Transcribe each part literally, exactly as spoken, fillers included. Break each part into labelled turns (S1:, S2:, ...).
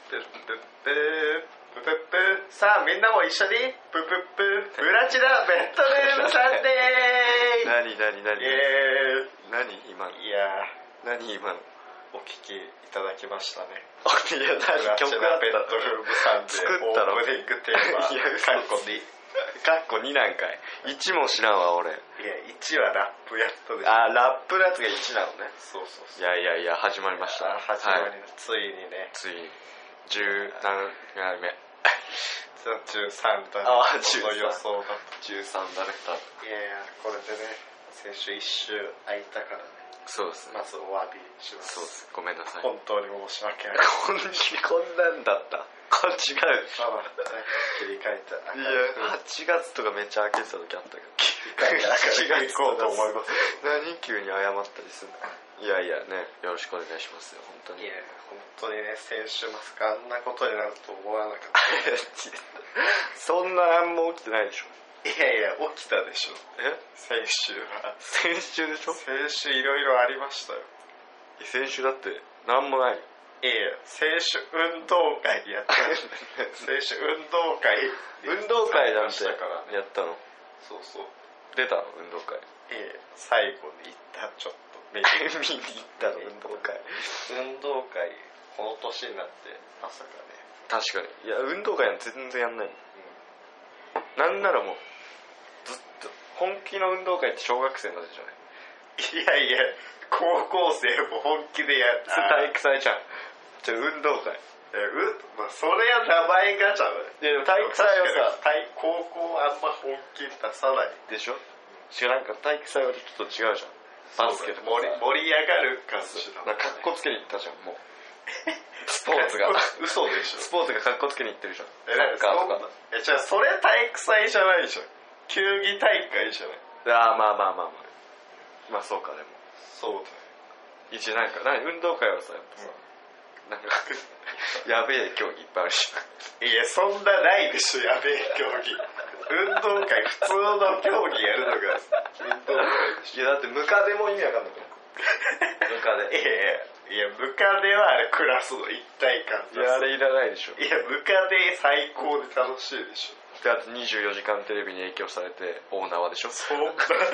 S1: プップップーププップーさあみんなも一緒にププップーブラチラベッドルームサンデー
S2: 何何何
S1: イエーイ
S2: 何今の
S1: いや
S2: 何今の
S1: お聞きいただきましたね。
S2: いや何
S1: ブラチ
S2: 曲だった
S1: ラベッドルームサンデー
S2: 作ったの
S1: オープニングテーマ
S2: いや
S1: カッコにい
S2: カッコになんかいいちも知らんわ俺。
S1: やいちはラップやったでしょ。
S2: あラップのやつがいちなのね。
S1: そうそうそう。
S2: いやいやいや始まりました。
S1: あ始まり、
S2: はい、
S1: ついにね
S2: ついにじゅう何回目
S1: じゅうさんだね。
S2: ああじゅうさん
S1: この予想が
S2: じゅうさんだね。
S1: いやいやこれでね先週一週空いたからね。
S2: そうですね。
S1: まずお詫びします。
S2: そうですごめんなさい。
S1: 本当に申し訳ない。
S2: こんこんなんだったこれ違う。
S1: まあまあ切り替えた。
S2: いやはちがつとかめっちゃ開けてた時あったけど
S1: 切り替えたはちがつ行こうと思います。
S2: 何急に謝ったりするの。いやいやねよろしくお願いしますよ本当に。
S1: いや本当にね先週まさかあんなことになると思わなかった
S2: そんな何も起きてないでしょ。
S1: いやいや起きたでしょ。
S2: え
S1: 先週は
S2: 先週でしょ。
S1: 先週いろいろありましたよ。
S2: 先週だって何もない。
S1: いやいや先週運動会やった先週運動会
S2: 運動会なんて
S1: したからね。
S2: やったの。
S1: そうそう。
S2: 出たの運動会。
S1: いやいや最後に行ったちょっと見に
S2: 見に行ったの運動会。
S1: 運動会この年になってまさかね。
S2: 確かにいや運動会は全然やんないもん、うん、なんならもうずっと本気の運動会って小学生なんでしょうね。
S1: いやいや高校生も本気でやって
S2: 体育祭じゃん。じゃあ運動会
S1: えう、まあ、それは名前がじゃない。
S2: いやでも体育祭はさ
S1: 体高校あんま本気出さない
S2: でしょ。違うなんか体育祭はちょっと違うじゃん。バスケとか
S1: 盛り盛り上がる感じだ
S2: なんかかっこつけに行ったじゃんもうスポーツが
S1: 嘘でしょ。
S2: スポーツがかっこつけに行ってるじゃん。
S1: え
S2: サッカーとか
S1: えじゃあそれ体育祭じゃないじゃん。球技大会じゃない。
S2: ああまあまあまあまあまあそうかでも
S1: そうだよ。
S2: 一応なんか何運動会はさやっぱさ、うん、なんかやべえ競技いっぱいあるし
S1: いやそんなないでしょやべえ競技運動会普通の競技やるのが運動会でしょ。
S2: いやだってムカデも意味わかんないムカデ
S1: いやいやいやムカデはあれクラスの一体感
S2: いやあれいらないでしょ。
S1: いやムカデ最高で楽しいでしょ。
S2: であとにじゅうよじかんテレビに影響されて大縄でしょ。
S1: そんな確かに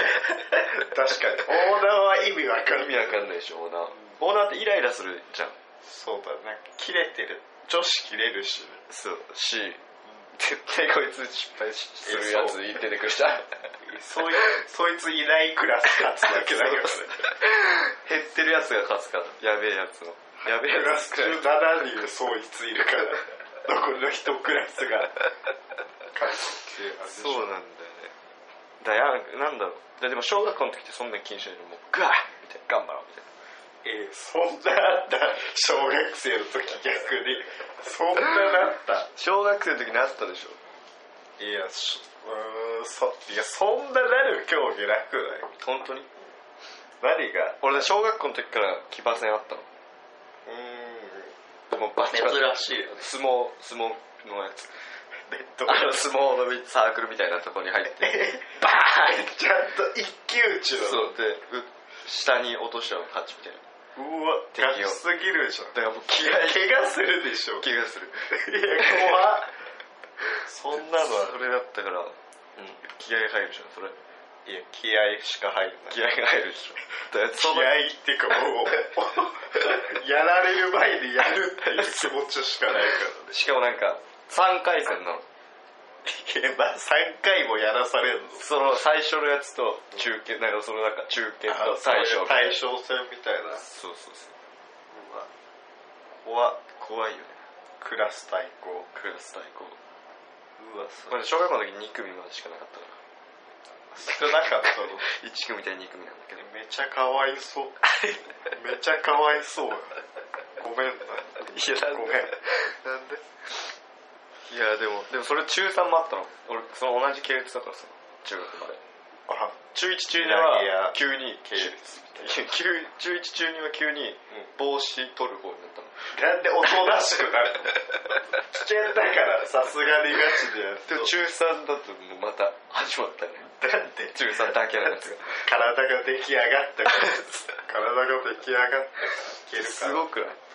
S1: 大縄は意味わかんない。
S2: 意味わかんないでしょ大縄。大縄ってイライラするじゃん。
S1: そうだなんかキレてる女子キレるし、ね、
S2: そうし絶対こいつ失敗するやつ出てくるじゃん
S1: そういうそいついないクラス勝つだけだからね
S2: 減ってるやつが勝つからやべえやつのやべえやつ
S1: クラスじゅうななにんそいついるから残りの一クラスが勝つっていう感じ。
S2: そうなんだよね。だやなんだろうだでも小学校の時ってそんなに気にしないのもうガーみたいな頑張ろうみたいな。
S1: えー、そんなあった小学生の時逆にそんななった
S2: 小学生の時にあったでしょ。
S1: いやしうーんそいやそんななる競技なくない
S2: 本当に。
S1: 何が
S2: 俺小学校の時から騎馬戦あったの。
S1: うーん
S2: でもバチバチ
S1: 珍しいよね。
S2: 相撲相撲のやつ
S1: レッド
S2: あの相撲のサークルみたいなところに入ってバーン
S1: ちゃんと一騎打ちの
S2: そうで下に落としたの勝ちみたいな。
S1: うわガチすぎるでしょ。
S2: だからもう気合
S1: 怪我するでしょ。
S2: 気がする
S1: いや怖っそんなのは
S2: それだったから、うん、気合入るじゃんそれ。
S1: いや気合しか入るない。
S2: 気合が入るでしょ。だ
S1: 気合っていうかもうやられる前にやるっていう気持ちしかないからね。
S2: しかもなんかさんかい戦なの。
S1: いやまあさんかいもやらされるの。
S2: その最初のやつと中堅なんかそのなんか中堅と大将
S1: 大将戦みたいな。
S2: そうそうそう。
S1: うわ
S2: 怖怖いよね。
S1: クラス対抗。
S2: クラス対抗。
S1: うわ
S2: これ小学校の時に組までしかなかったから
S1: 少なかったの
S2: いち組対に組なんだけど
S1: めちゃかわいそうめちゃかわいそうごめんな。いやごめん
S2: なんで。いやでもでもそれ中さんもあったの。俺その同じ系列だからさ中学まで。
S1: あ
S2: 中いち中には急に
S1: 系列
S2: 中いち中には急に帽子取る方になったの。
S1: なんでおとなしくなるの危険だからさすがにガチでやると。
S2: でも中さんだともうまた始まったね。
S1: なんで
S2: 中さんだけのやつが
S1: 体が出来上がったから体が出来上がっていけるから
S2: すごくない。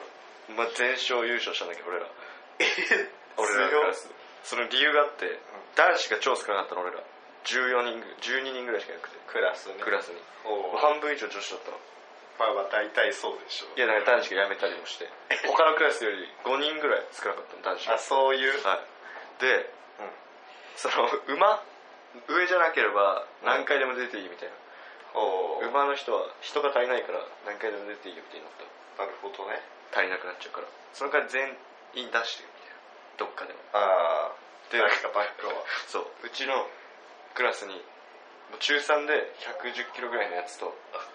S2: まあ、全勝優勝したんだけど俺ら俺らのクラスその理由があって、うん、男子が超少なかったの俺らじゅうよにんじゅうににんぐらいしかいなくて
S1: クラスに
S2: クラスに半分以上女子だったの。
S1: まあまあ大体そうでしょう。
S2: いやなんか男子が辞めたりもして他のクラスよりごにんぐらい少なかったの男子が。
S1: あそういう、
S2: はい、で、うん、その馬上じゃなければ何回でも出ていいみたいな、うん、馬の人は人が足りないから何回でも出ていいよみたいになった。
S1: なるほどね。
S2: 足りなくなっちゃうからその代わり全員出してるみたいなどっかでも。
S1: ああ
S2: で
S1: なんかバックは
S2: そううちのクラスに中さんでひゃくじゅっキロぐらいのやつと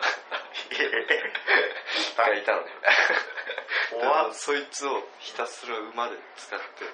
S2: がいたのねそいつをひたすら馬で使って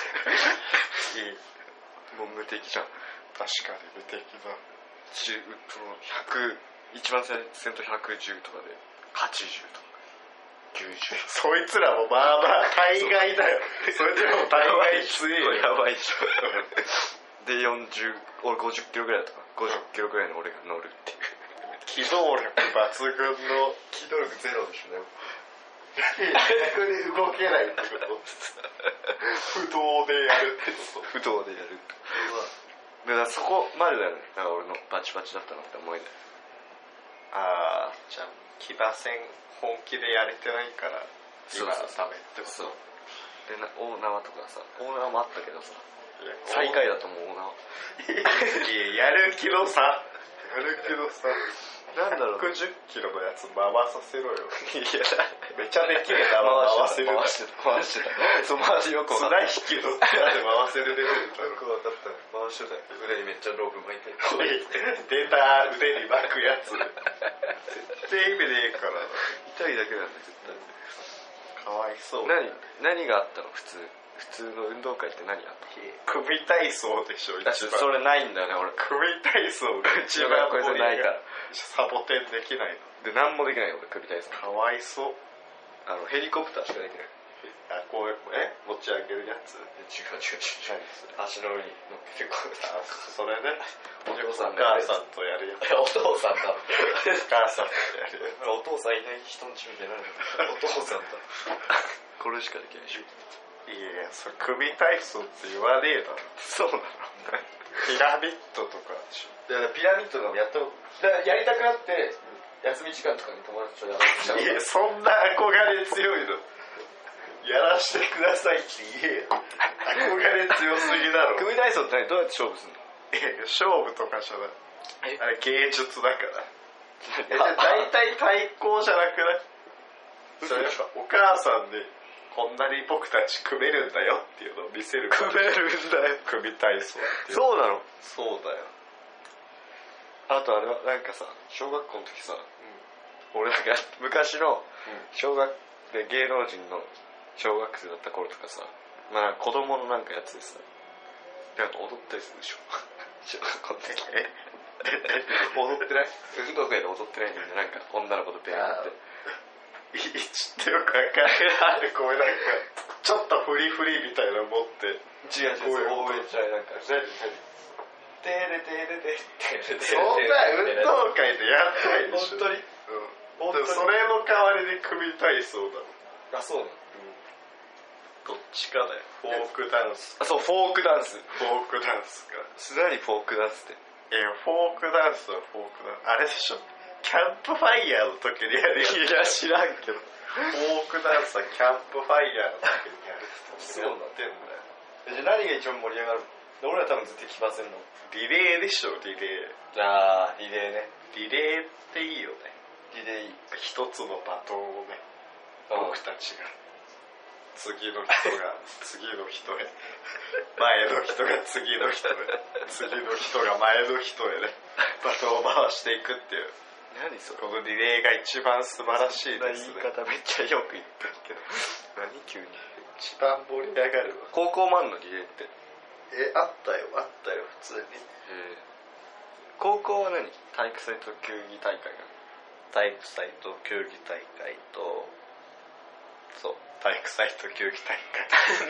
S2: もう無敵じゃん。
S1: 確かに無敵だ。
S2: そのひゃく一番先頭ひゃくじゅうとかではちじゅうとかきゅうじゅう
S1: そいつらもまあまあ大概だよ。それでも大概強いよ。
S2: やばいでしょでよんじゅう俺ごじゅっキロぐらいだとかごじゅっキロぐらいの俺が乗るっていう
S1: 機動力抜群の
S2: 機動力ゼロでしょね。
S1: 逆に動けないってこと不動でやるってこと
S2: 不動でやるってだからそこまでだよね。だから俺のバチバチだったなって思い出。
S1: ああじゃあ騎馬戦本気でやれてないから今のためってこと。
S2: そうでな大縄とかさ大縄もあったけどさ最下位だと思う大縄
S1: いややる気の差やる気の差
S2: なんだろう
S1: ひゃくじゅっキロのやつ回させろよ。
S2: いや
S1: めちゃできるな回せる
S2: 回してた回してたそう回してよく分かった
S1: 綱引きの綱で回せるレベル
S2: よく分かった回してた腕にめっちゃロープ巻いて
S1: 出た腕に巻くやつ絶対意味ねえから
S2: 痛いだけなんだ絶対
S1: かわいそう。
S2: 何何があったの普通普通の運動会って何あったの。
S1: 組体操でしょ一番。
S2: それないんだよね俺。組
S1: 体操が一番
S2: これじゃないから
S1: サボテンできないの
S2: で何もできないよ俺組体操。
S1: かわいそう。
S2: あのヘリコプターしかできない。
S1: あこうえ持ち上げるやつ。
S2: 違う違う違う足の上に乗っけてこう
S1: あそれねお父さん
S2: お母
S1: さんとやるやつ。
S2: お父さんだ
S1: お母さんとやるやつ。
S2: お父さんいない人んちみたいなお父さんだこれしかできないでしょ。
S1: いやそれ組体操って言わねえだろ。
S2: そうなの
S1: ピラミッドとかでしょ。
S2: いやピラミッドがやっただやりたくなって休み時間とかに友達とやらせちゃう。
S1: いやそんな憧れ強いのやらしてくださいって言えよ。憧れ強すぎだろ。
S2: 組体操って何どうやって勝負するの。
S1: え勝負とかじゃないあれ芸術だからえじゃあ大体対抗じゃなくないそれお母さんでこんなに僕たち組めるんだよっていうのを見せる。
S2: 組めるんだよ
S1: 組体操っていう。
S2: そうなの。
S1: そうだよ。
S2: あとあれはなんかさ小学校の時さ、うん、俺なんか昔の小学で芸能人の小学生だった頃とかさまあ子供のなんかやつでさなんか踊ったりするでしょ小学校の時踊ってない運動会で踊ってないんだよね。なんか女の子とペアって
S1: ちょっとよくわかんないこうなんかちょっとフリフリみたいなの持って
S2: 違う違う応援ちゃいなんかテレテレテテ
S1: そんな運動会でやってないでしょ。
S2: 本当に、
S1: うん、でもそれの代わりで組体操だろ。
S2: あそうなの、
S1: どっちかだよ。フォークダンス。
S2: あそうフォークダンス
S1: フォークダンスか。
S2: 何フォークダンスって。
S1: いやフォークダンスはフォークダンスあれでしょ。キャンプファイヤーの時にやるやつ。
S2: いや知らんけど
S1: フォークダンスはキャンプファイヤーの時にやるって
S2: そうなって
S1: んだよ。
S2: じゃあ何が一番盛り上がるの。俺ら多分絶対騎馬戦の
S1: リレーでしょ。リレー。
S2: じゃあリレーね。
S1: リレーっていいよね。
S2: リレーいい。
S1: 一つのバトンをね僕たちが次の人が次の人へ前の人が次の人へ次の人が前の人へねバトンを回していくっていう。
S2: 何それ。
S1: このリレーが一番素晴らしいですね。
S2: 言い方めっちゃよく言ってるけど何急に
S1: 一番盛り上がるわ。
S2: 高校マンのリレーって
S1: えあったよあったよ普通に。
S2: え高校は何体育祭と球技大会が
S1: 体育祭と球技大会とそう体育祭と球技大会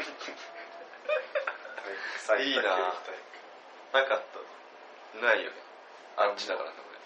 S1: 体育祭と球技大会
S2: いいな。
S1: なかった。
S2: ないよねあっちだからね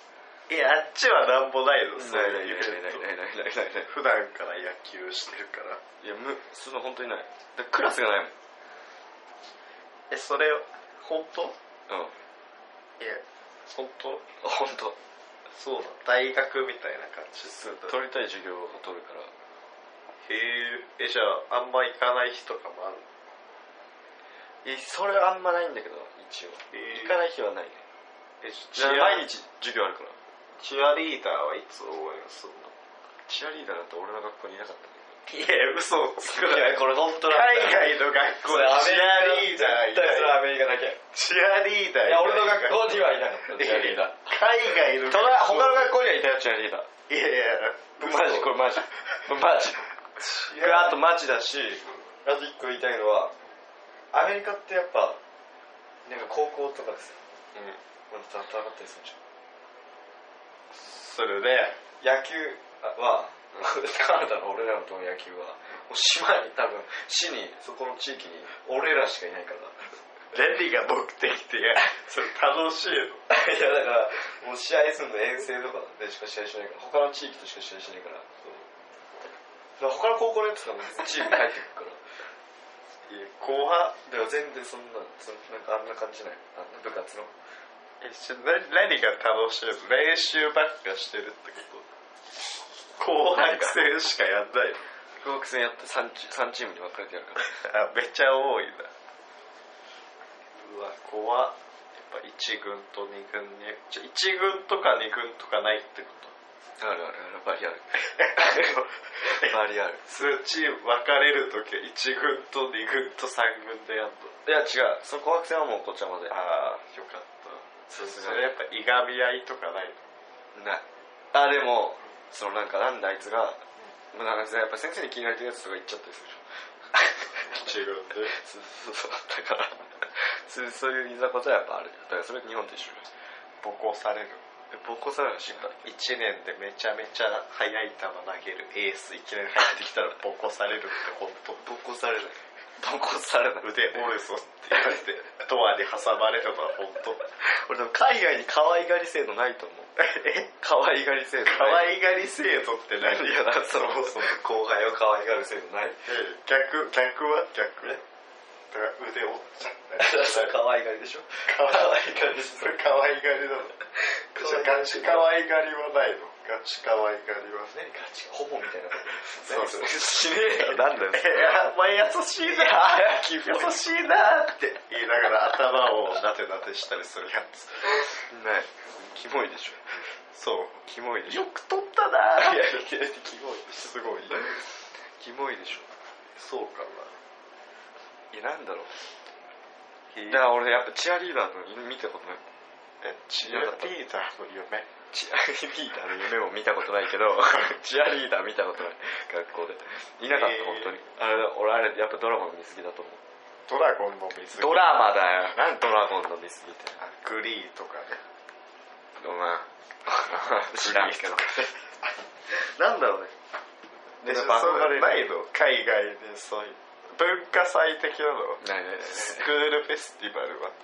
S1: いや、あっちはなんもないの、そう
S2: ない
S1: いうイベント。
S2: ないないないないないないない。
S1: 普段から野球してるから。
S2: いや、む、その本当にない。だクラスがないもん。
S1: え、それ、本当？
S2: うん。
S1: いや、本当？
S2: 本当。
S1: そうだ、大学みたいな感じする。
S2: 取りたい授業を取るから。
S1: へえ、え、じゃあ、あんま行かない日とかもあるの？
S2: え、それあんまないんだけど、一応。行かない日はないね。
S1: え、
S2: じゃあ毎日授業あるから。
S1: チアリーダーはいつ応援するの？
S2: チアリーダーなんて俺の学校にいなかったんだ
S1: いや、嘘をつくな。
S2: いや、これ本当なんだ
S1: 海外の学校でチアリーダーいない。
S2: それアメリカだけ。
S1: チアリーダーいない。
S2: いや、俺の学校にはいなかった、チアリーダー。
S1: 海外の
S2: 学校。他の学校にはいたよ、チアリーダー。
S1: いやいや、
S2: マジ、これマジ。マジ。あとマジだし、あと一個言いたいのは、アメリカってやっぱ、なんか高校とかですよ。うん。戦ったりするじゃん。
S1: それで、
S2: 野球は、カナダの俺らのと野球は、もう島に多分、市に、そこの地域に、俺らしかいないから。
S1: 何が目的って、いや、それ楽しいの。
S2: いや、だから、もう試合するの遠征とかでしか試合しないから、他の地域としか試合しないから。そう他の高校のやつがチームに入ってくるから。
S1: いや、後半。
S2: だから全然そんな、そなんかあんな感じじゃない。あんな部活の。
S1: え、何が楽しいの？練習ばっかしてるってこと？紅白戦しかやんないの？
S2: 紅白戦やって 3, 3チームに分かれてやるから。
S1: あ、めっちゃ多いな。うわ、怖っ。やっぱいち軍とに軍に、じゃいち軍とかに軍とかないってこと？
S2: あるあるある、バリある。バリある。
S1: それチーム分かれるときいち軍とに軍とさん軍でやんの？
S2: いや違う、その紅白戦はもうこっちまで。
S1: ああ、よかった。それやっぱいがみ合いとかないの？
S2: ない。あ、でもそのなんかなんであいつが、うん、なんかやっぱ先生に気に入られてるやつとか言っちゃったりするでしょ。違うんで。そうそうそう、だからそうそういういざこざはやっぱある。だからそれ日本と一緒。
S1: ボコされる。
S2: ボコされるしか
S1: いちねんでめちゃめちゃ速い球投げるエースいきなり入ってきたらボコされるって本当？
S2: ボコされない。ボコされない。
S1: 腕折るぞって言われてドアに挟まれるのは本当？
S2: 俺でも海外に可愛がり制度ないと思う。
S1: え？
S2: 可愛がり制度
S1: 可愛がり制度って何？
S2: いやだそうそう後輩を可愛がる制度ない。
S1: え逆逆は逆ね。だから腕折っちゃったり。
S2: 可愛がりでしょ。
S1: 可愛がりそれ可愛がりなの。じゃガチ可愛がりはないの？ガチ可愛がりは。
S2: 何ガチホモみたいな。
S1: そうそう。
S2: しねえよ。なんだよ。
S1: いやお前優しいな。優しいなって言いながら頭をなてなてしたりするやつ。
S2: ない。キモいでしょ。
S1: そう。
S2: キモいでしょ。
S1: よく撮ったな。
S2: いやキモい。
S1: すごい。
S2: キモいでしょ。
S1: そうかな。
S2: いやなんだろう。だから俺やっぱチアリーダーの見たことない。
S1: え、チアリーダーの夢？
S2: チアリーダーの夢も見たことないけどチアリーダー見たことない学校でいなかった本当に。あれ俺あれやっぱドラゴンの見過ぎだと思う。
S1: ドラゴンの見過ぎ。
S2: ドラマだよ。なんドラゴンの見過ぎって。
S1: グリーとかね。
S2: ごめん。知らんけど。なんだろうね。
S1: で、そうないの？海外でそういう文化祭的なの？
S2: ないないない。
S1: スクールフェスティバルは？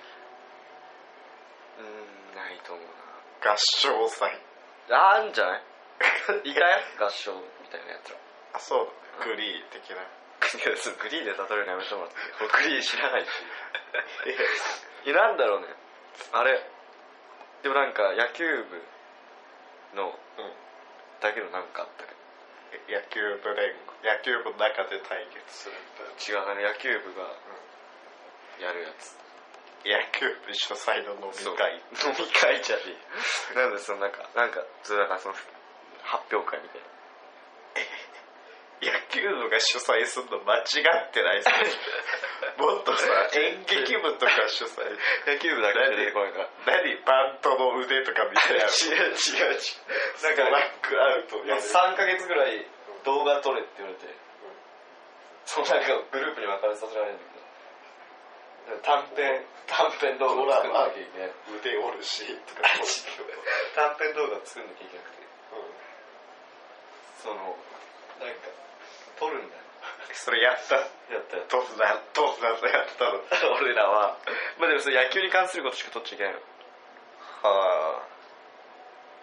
S2: うーん、ないと思う
S1: な。合唱祭。
S2: あんじゃない？いたよ合唱みたいなやつら。
S1: あ、そうだね。グリー的な。
S2: グリーで例えるのやめてもらって。俺グリー知らないし。え、なんだろうね。あれ。でもなんか野球部の、うん、だけどなんかあったけど。
S1: 野球部連合、野球部の中で対決するみたい
S2: な。違う、あの野球部がやるやつ。
S1: 野球部主催の飲み会。
S2: 飲み会じゃねえ。なんでそのなんか、なんか、そのなんかその発表会みたいな。
S1: 野球部が主催するの間違ってないですか？もっとさ、演劇部とか主催。
S2: 野球部だけで出てこないから。
S1: 何バントの腕とか見てやる。
S2: 違う違う違う。
S1: なんかラックアウトやる。
S2: さんかげつぐらい動画撮れって言われて、うん、そうなんかグループに分かれさせられるんだけど、短編短編動画を作んなきゃいけない。
S1: 腕折るシーンとか
S2: 短編動画作んなきゃいけなくて、うん、そのなんか撮るんだよ。
S1: それやった
S2: やったよ。
S1: 撮んな撮んなやったの。
S2: 俺らはまあでもそれ野球に関することしか撮っちゃいけないの。
S1: はあ。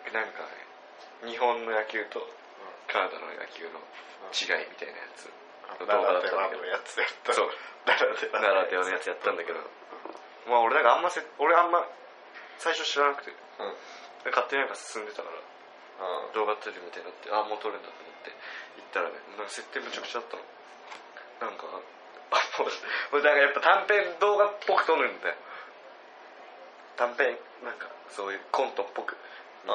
S2: なんかね日本の野球とカナダの野球の違いみたいなやつ、
S1: うん、動画だったんだけどやつやった
S2: そうならではのやつやったんだけど、まあ俺なんかあんませ俺あんま最初知らなくて、うん、勝手になんか進んでたから、うん、動画撮るみたいになってあもう撮るんだと思って行ったらねなんか設定むちゃくちゃだったの。なんかあもうなんかやっぱ短編動画っぽく撮るんだよ。短編なんかそういうコントっぽく、
S1: うん、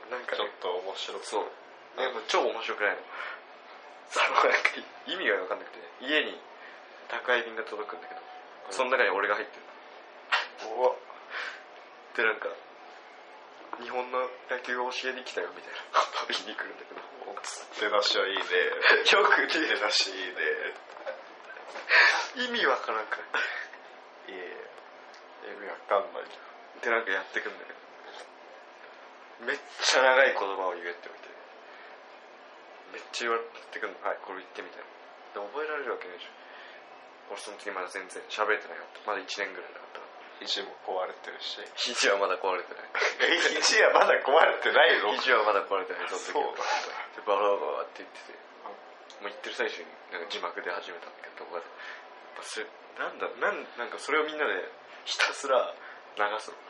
S1: なんかちょっと面白
S2: そうでも超面白くないの。そのなんか意味が分かんなくて、家に宅配便が届くんだけど、うん、その中に俺が入ってるの。おでなんか日本の野球を教えに来たよみたいなこと言いに来るんだけど、
S1: 出だしはいいね
S2: よく出
S1: だしいいね
S2: 意味わからんか
S1: い。いえ意味わかんない
S2: でなんかやってくんだけど、めっちゃ長い言葉を言えってみてめっちゃ言われてくんの。はいこれ言ってみたいな。で覚えられるわけないじゃん。俺その時まだ全然喋れてないよ。まだいちねんぐらいだった。
S1: 肘も壊れてるし。
S2: 肘はまだ壊れてない
S1: 肘はまだ壊れてないの
S2: 肘はまだ壊れてない。その時
S1: そうだ
S2: でバラバラって言ってて、もう言ってる最中になんか字幕で始めたんだけど、やっぱそれなんだなんなんかそれをみんなでひたすら流すの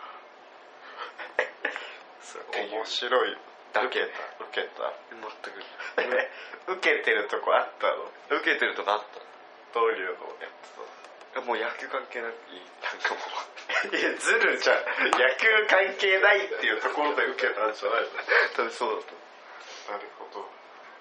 S1: それ面白い。受けた受けた
S2: 全
S1: く受けてるとこあったの。
S2: 受けてるとこあった。
S1: どういうのやつ
S2: もう野球関係なくいいなんかもう
S1: いやずるじゃん。野球関係ないっていうところで受けたんじゃないの
S2: 多分そうだと。
S1: なるほど。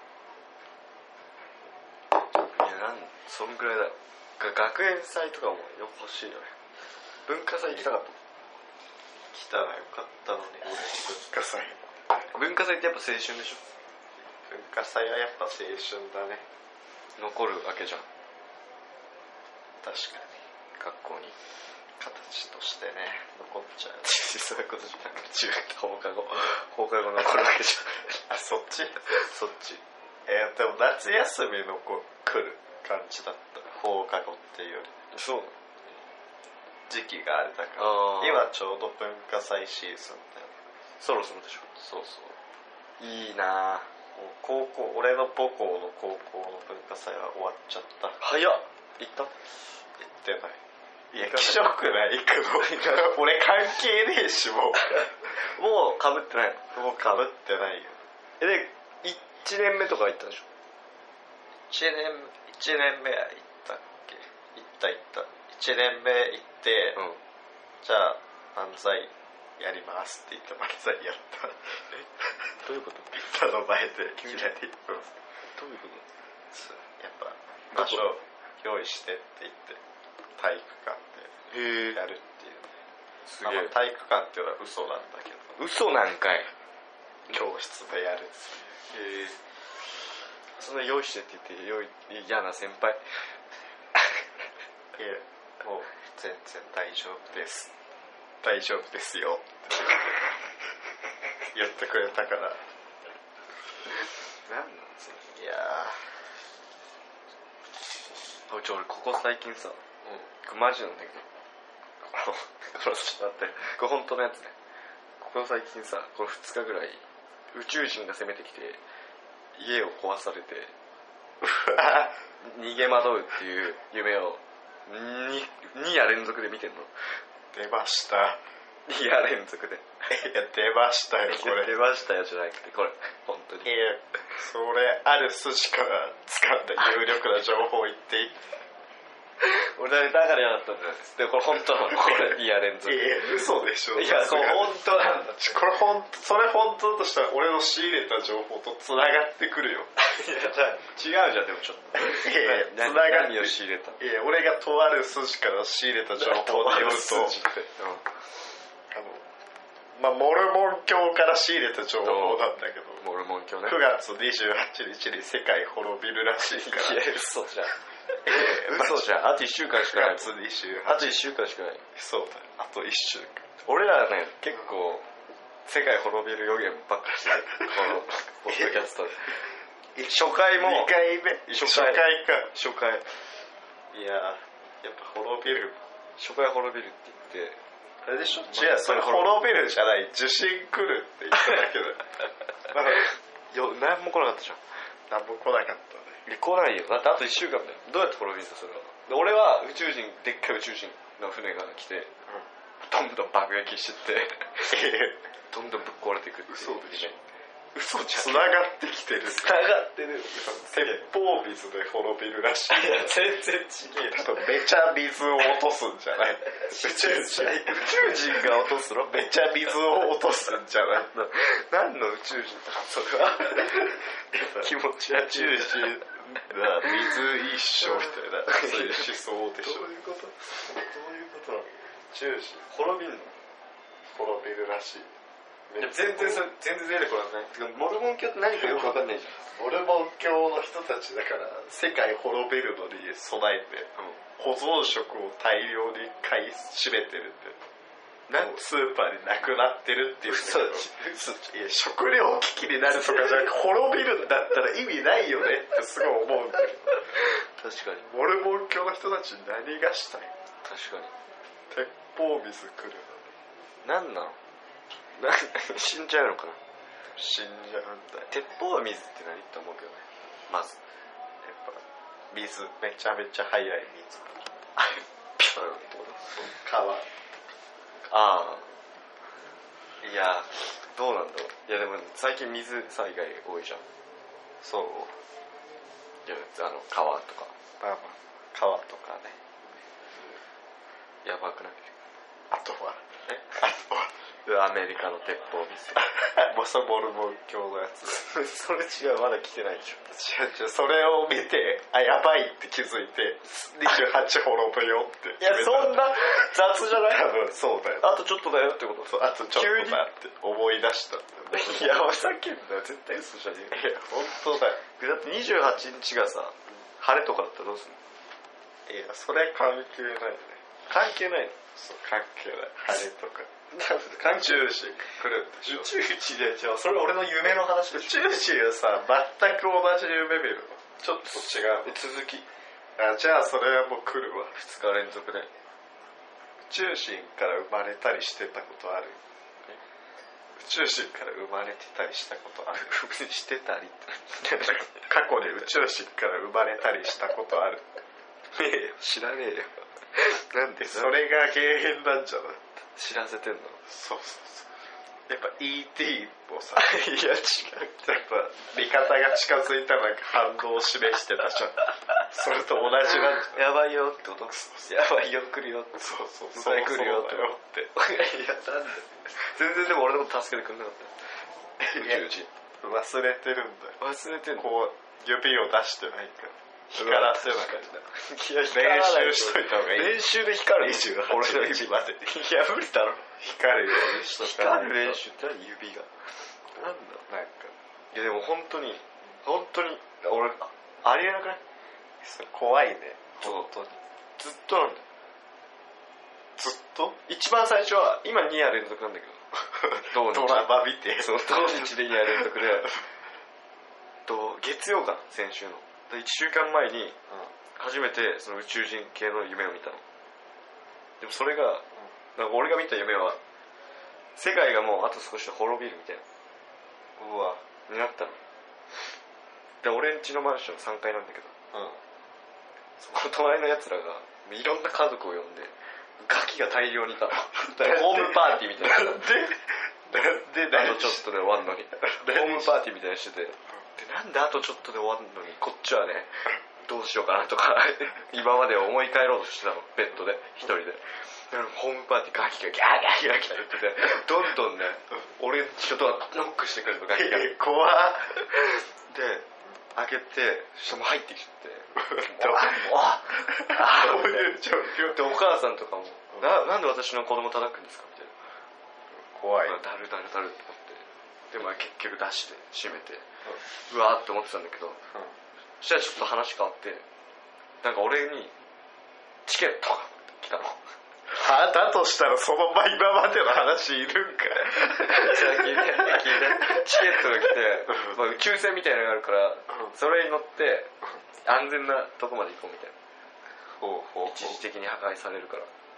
S2: いやなんそんぐらいだよ。学園祭とかもよく欲しいよね。文化祭行きたかった。
S1: 来たらよかったのに。文化祭
S2: 文化祭ってやっぱ青春でしょ。
S1: 文化祭はやっぱ青春だね。
S2: 残るわけじゃん。
S1: 確かに
S2: 学校に
S1: 形としてね残っちゃう
S2: そういうことじゃなくて放課後放課後残るわけじ
S1: ゃんあそっち
S2: そっち
S1: えー、でも夏休みの子来る感じだった放課後っていうより。
S2: そう
S1: 時期があれだから今ちょうど文化祭シーズンだよ。
S2: そろそろでしょ。
S1: そうそう
S2: いいな。
S1: もう高校俺の母校の高校の文化祭は終わっちゃった。
S2: 早っ。行った？
S1: 行ってない。いや気色ない行くの俺関係ねえしもう
S2: もうかぶってない
S1: の。もうかぶってないよ。
S2: えでいちねんめとか行ったでしょ。
S1: いちねんいちねんめは行ったっけ。行った行ったいちねんめ行って、うん、じゃあ漫才やりますって言って漫才やったえ
S2: どういうこと？
S1: みんなの前でいきなりど
S2: ういうこと？
S1: やっぱ場所用意してって言って体育館でやるっていう、ね、すげえ、まあ、体育館っていうのは嘘なんだけど。
S2: 嘘なんかい。
S1: 教室でやるっていう。
S2: へえ。そんな用意してって言ってよい嫌な先輩。
S1: いやもう全然大丈夫です大丈夫ですよって言ってくれたから。
S2: なんなんそれ。
S1: いや
S2: ーうち俺ここ最近さ、うん、これマジなんだけどこれちょっと待ってこれ本当のやつね。ここ最近さこれふつかぐらい宇宙人が攻めてきて家を壊されて逃げ惑うっていう夢をに夜連続で見てんの。
S1: 出ました
S2: に夜連続で。
S1: いや出ましたよこれ。
S2: 出ましたよじゃなくてこれ本当に。
S1: いやそれある筋から掴んだ有力な情報言っていい
S2: 俺だから嫌だったんだよ。でこれ本当なのこれに夜連続。
S1: いや嘘でしょ。
S2: いやこれ本当なんだ。
S1: これ本当それ本当だとしたら俺の仕入れた情報とつながってくるよ。
S2: いやじゃあ違うじゃんでもちょっと。いや
S1: つながって
S2: 何を仕入れた。
S1: いや俺がとある筋から仕入れた情報によると、うん、あのまあモルモン教から仕入れた情報なんだけど、
S2: モルモン教ね。
S1: くがつにじゅうはちにちに世界滅びるらしいから。
S2: いや嘘じゃん。嘘じゃん。あといっしゅうかんしかない。
S1: くがつにじゅう
S2: あといっしゅうかんしかない。
S1: そうだあといっしゅうかん。
S2: 俺らね結構世界滅びる予言ばっかりしてるこのポッドキャストで。初回も
S1: にかいめ
S2: 初回か初回
S1: いややっぱ滅びる
S2: 初回滅びるって言って
S1: あれでしょ。違う、それ滅びるじゃない、受信来るって言っただけだ
S2: まだよ何も来なかったじゃん。
S1: 何も来なかったね。
S2: 来ないよ。だってあといっしゅうかんだよ。どうやって滅びるんだそれは。で俺は宇宙人、でっかい宇宙人の船が来て、うん、どんどん爆撃してってどんどんぶっ壊れていくっていう。
S1: 嘘でしょ。
S2: 嘘じゃん。
S1: 繋がってきてる。
S2: 繋がってる。
S1: 鉄砲水で滅びるらしい。
S2: いや全然違え。
S1: 多分めちゃ水を落とすんじゃない。宇宙人
S2: 宇宙人が落とすの
S1: めちゃ水を落とすんじゃない。
S2: 何の宇宙人だそれは。気持ち悪い。
S1: 宇宙人が水一緒みたいなそういう思想でしょ。
S2: どういうこと？どういうことなの？宇宙人滅びるの？
S1: 滅びるらしい。
S2: いや全然それ全然出てこなくない？てかモルモン教って何かよく分かんないじゃん。
S1: モルモン教の人たちだから世界滅びるのに備えて、うん、保存食を大量に買い占めてるんで、なんスーパーになくなってるっていう。嘘いや食料危機になるとかじゃなく滅びるんだったら意味ないよねってすごい思うんだけど。
S2: 確かに
S1: モルモン教の人たち何がしたい？
S2: 確かに。
S1: 鉄砲水来る
S2: のに何なの？死んじゃうのかな。
S1: 死んじゃうんだよ。
S2: 鉄砲は水って何って思うけどね。まず
S1: やっぱ水めちゃめちゃ速い水
S2: ピューンってこと？
S1: 川。
S2: ああいやどうなんだろう。いやでも最近水災害多いじゃん。
S1: そう。
S2: いやあの川とか。
S1: まあまあ川とかね。
S2: やばくない？
S1: あとは
S2: え
S1: あとは
S2: アメリカの鉄砲水
S1: モソモルモン教のやつ
S2: それ違う。まだ来てないでしょ。
S1: 違う違う。それを見てあやばいって気づいてにじゅうはち滅ぶよって
S2: いやそんな雑じゃない？
S1: 多分そうだよ。
S2: あとちょっとだよってこと。
S1: そうあとちょっとだって思い出したんだよ。
S2: いやさっきの絶対嘘じゃねえ。
S1: いや本当だよ。
S2: だってにじゅうはちにちがさ晴れとかだったらどうすんの？
S1: いやそれ関係ないね。
S2: 関係ないの？
S1: そう関係ない。晴れとか宇宙人来るんでしょ。
S2: 宇宙人でじゃあそれ俺の夢の話で
S1: しょ。宇宙人はさ全く同じ夢見るのちょっと違う。
S2: 続き
S1: あじゃあそれはもう来るわ。
S2: ふつか連続で。
S1: 宇宙人から生まれたりしてたことある？宇宙人から生まれてたりしたことある？
S2: してたりって
S1: 過去に宇宙人から生まれたりしたことある？
S2: ねえ知らねえよ。なんで
S1: それが原因なんじゃない？
S2: 知らせてんの？
S1: そうそうそう。やっぱ イーティー もさ
S2: いや違う。
S1: やっぱ味方が近づいたら反応を示してたじゃん。それと同じなんじゃない？
S2: やばいよってこと？やばいよ来るよって。
S1: そうそう
S2: そう来るよって
S1: 思って。
S2: いやなんで全然でも俺のこと助けてくれなかったよ。宇宙人
S1: 忘れてるんだよ。
S2: 忘れてんの？
S1: こう指を出してないから光らせなかった。
S2: いや
S1: 練習しといた方がいい。
S2: 練習で光るの？
S1: 俺の指まで。
S2: いや無理だろ。
S1: 光るようにしとかないと。
S2: 光る練習って何？指がなんだ
S1: なんか
S2: いやでも本当に本当に俺ありえなくない？
S1: それ怖いね。
S2: 本当にずっとなんだよ。
S1: ずっと
S2: 一番最初は今に夜連続なんだけど
S1: ドラマ見て
S2: そう同日でに夜連続でと月曜か先週のいっしゅうかんまえに初めてその宇宙人系の夢を見たの。でもそれがなんか俺が見た夢は世界がもうあと少しで滅びるみたいな
S1: うわ
S2: になったので俺ん家のマンションさんかいなんだけど、
S1: うん、
S2: そこ隣のやつらがいろんな家族を呼んでガキが大量にいたのホームパーティーみたいなでなんであとちょっとで終わんのにホームパーティーみたいにしててでなんであとちょっとで終わんのにこっちはねどうしようかなとか今まで思い返ろうとしてたのベッドで一人でホームパーティーガキがギャーギャーギャーギャー言っててどんどんね俺ちょっとノックしてくるのガキが
S1: 怖っ
S2: で開けて下も入ってきて
S1: どういう状況
S2: でお母さんとかもな, なんで私の子供叩くんですかみたいな
S1: 怖い
S2: だるだるだるって思ってでも結局出して閉めて、うん、うわーって思ってたんだけど、うん、そしたらちょっと話変わってなんか俺にチケットが来たの
S1: はだとしたらそのま今までの話いるんか
S2: じゃあ聞いて聞いてチケットが来て、まあ、宇宙船みたいなのがあるから、うん、それに乗って安全なとこまで行こうみたいな
S1: ほうほうほう
S2: 一時的に破壊されるから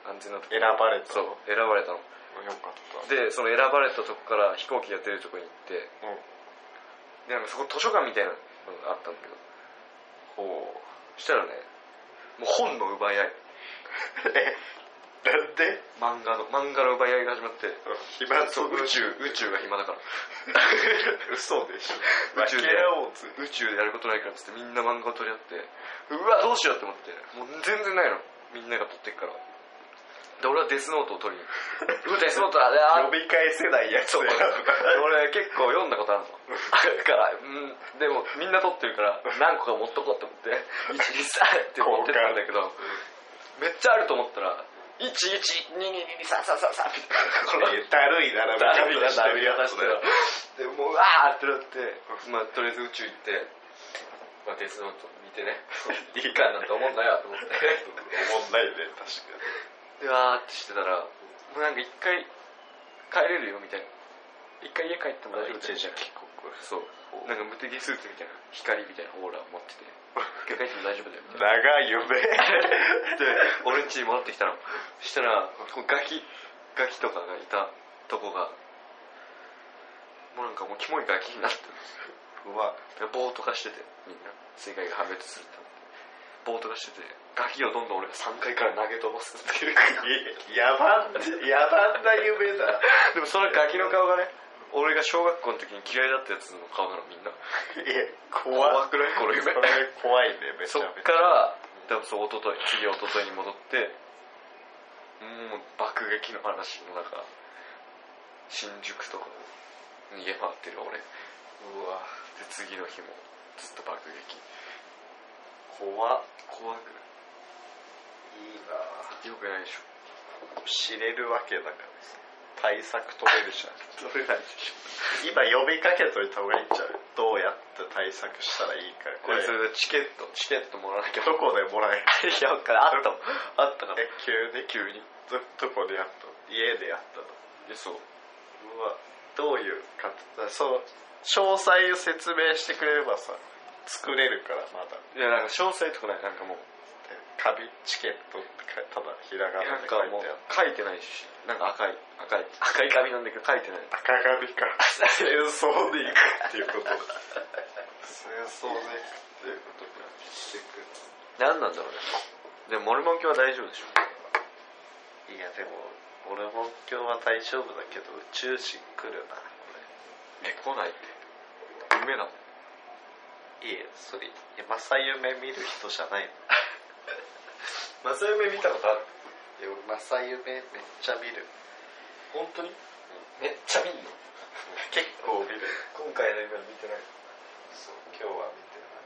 S2: 安全なとこ
S1: 選ばれた
S2: そう選ばれたの。
S1: よかった
S2: でその選ばれたとこから飛行機が出るとこに行って、うん、でなんかそこ図書館みたいなのがあったんだけど、ほうしたらねもう本の奪い合い
S1: えなんで
S2: 漫画の漫画の奪い合いが始まって、
S1: 暇
S2: そう宇宙宇宙が暇だから
S1: 嘘でしょ
S2: 宇宙で宇宙でやることないからっつってみんな漫画を取り合って、うわどうしようって思って、もう全然ないのみんなが取ってっから。で俺はデスノートを取りにうわデスノートだ
S1: 呼び返せないやつ
S2: 俺結構読んだことあるのだから、うん、でもみんな取ってるから何個か持っとこうって思っていちにさんって持ってったんだけどめっちゃあると思ったらいちいちににににさんさんさんさんみたいな
S1: だるい並べ方してるやつ
S2: でもううわーってなって、まあ、とりあえず宇宙行って、まあ、デスノート見てねいいかなんて思うんだよと思って
S1: 思んないね確かに。
S2: でわーってしてたらもうなんか一回帰れるよみたいな、一回家帰っても大丈夫だよ
S1: 一時帰国
S2: そうなんか無敵スーツみたいな光みたいなオーラを持ってて一回帰っても大丈夫だよみたいな
S1: 長い夢
S2: で俺ん家に戻ってきたの。したらガキガキとかがいたとこがもうなんかもうキモいガキになってるうわボーっとかしててみんな世界が破滅するってボーとかしててガキをどんどん俺がさんがいから投げ飛ばすっていう
S1: やばんやばんな夢だ
S2: でもそのガキの顔がね俺が小学校の時に嫌いだったやつの顔なのみんな。
S1: え怖
S2: 怖くないこの夢。
S1: それ怖いねめちゃめちゃ。
S2: そっから多分そう一昨日次一昨日に戻ってもう爆撃の話の中新宿とか逃げ回ってる俺。うわで次の日もずっと爆撃。
S1: 怖っ
S2: 怖くない
S1: いいな
S2: よくないでし
S1: ょ。知れるわけだから対策取れるじゃん
S2: 取れないでしょ。
S1: 今呼びかけといた方がいいんちゃう。どうやって対策したらいいか。
S2: これそれでチケットチケットもらわなきゃ。
S1: どこでもらえる
S2: いや分からんあったもんあったから。
S1: え急に急にどどこでやったの。家でやったの。
S2: えそう
S1: うわどういうかそう詳細を説明してくれればさ作れるからまだ。
S2: いやなんか詳細とかないなんかもう
S1: 紙チケットってただひらがなで書いてある。
S2: 書いてないしなんか赤い赤い赤い紙なんだけど書いてない。
S1: 赤紙か戦争で行くっていうことだ戦争で行くっていうことかしてくる。
S2: 何なんだろうね。でもモルモン教は大丈夫でしょ。
S1: いやでもモルモン教は大丈夫だけど宇宙人来るなこ
S2: れ。え来ないって夢なの。
S1: いいえそれ正夢見る人じゃないの
S2: 正夢見たことある。
S1: いや正夢めっちゃ見る。
S2: 本当に、うん、めっちゃ見るの
S1: 結構見る。
S2: 今回の夢は見てない。
S1: そう今日は見てない。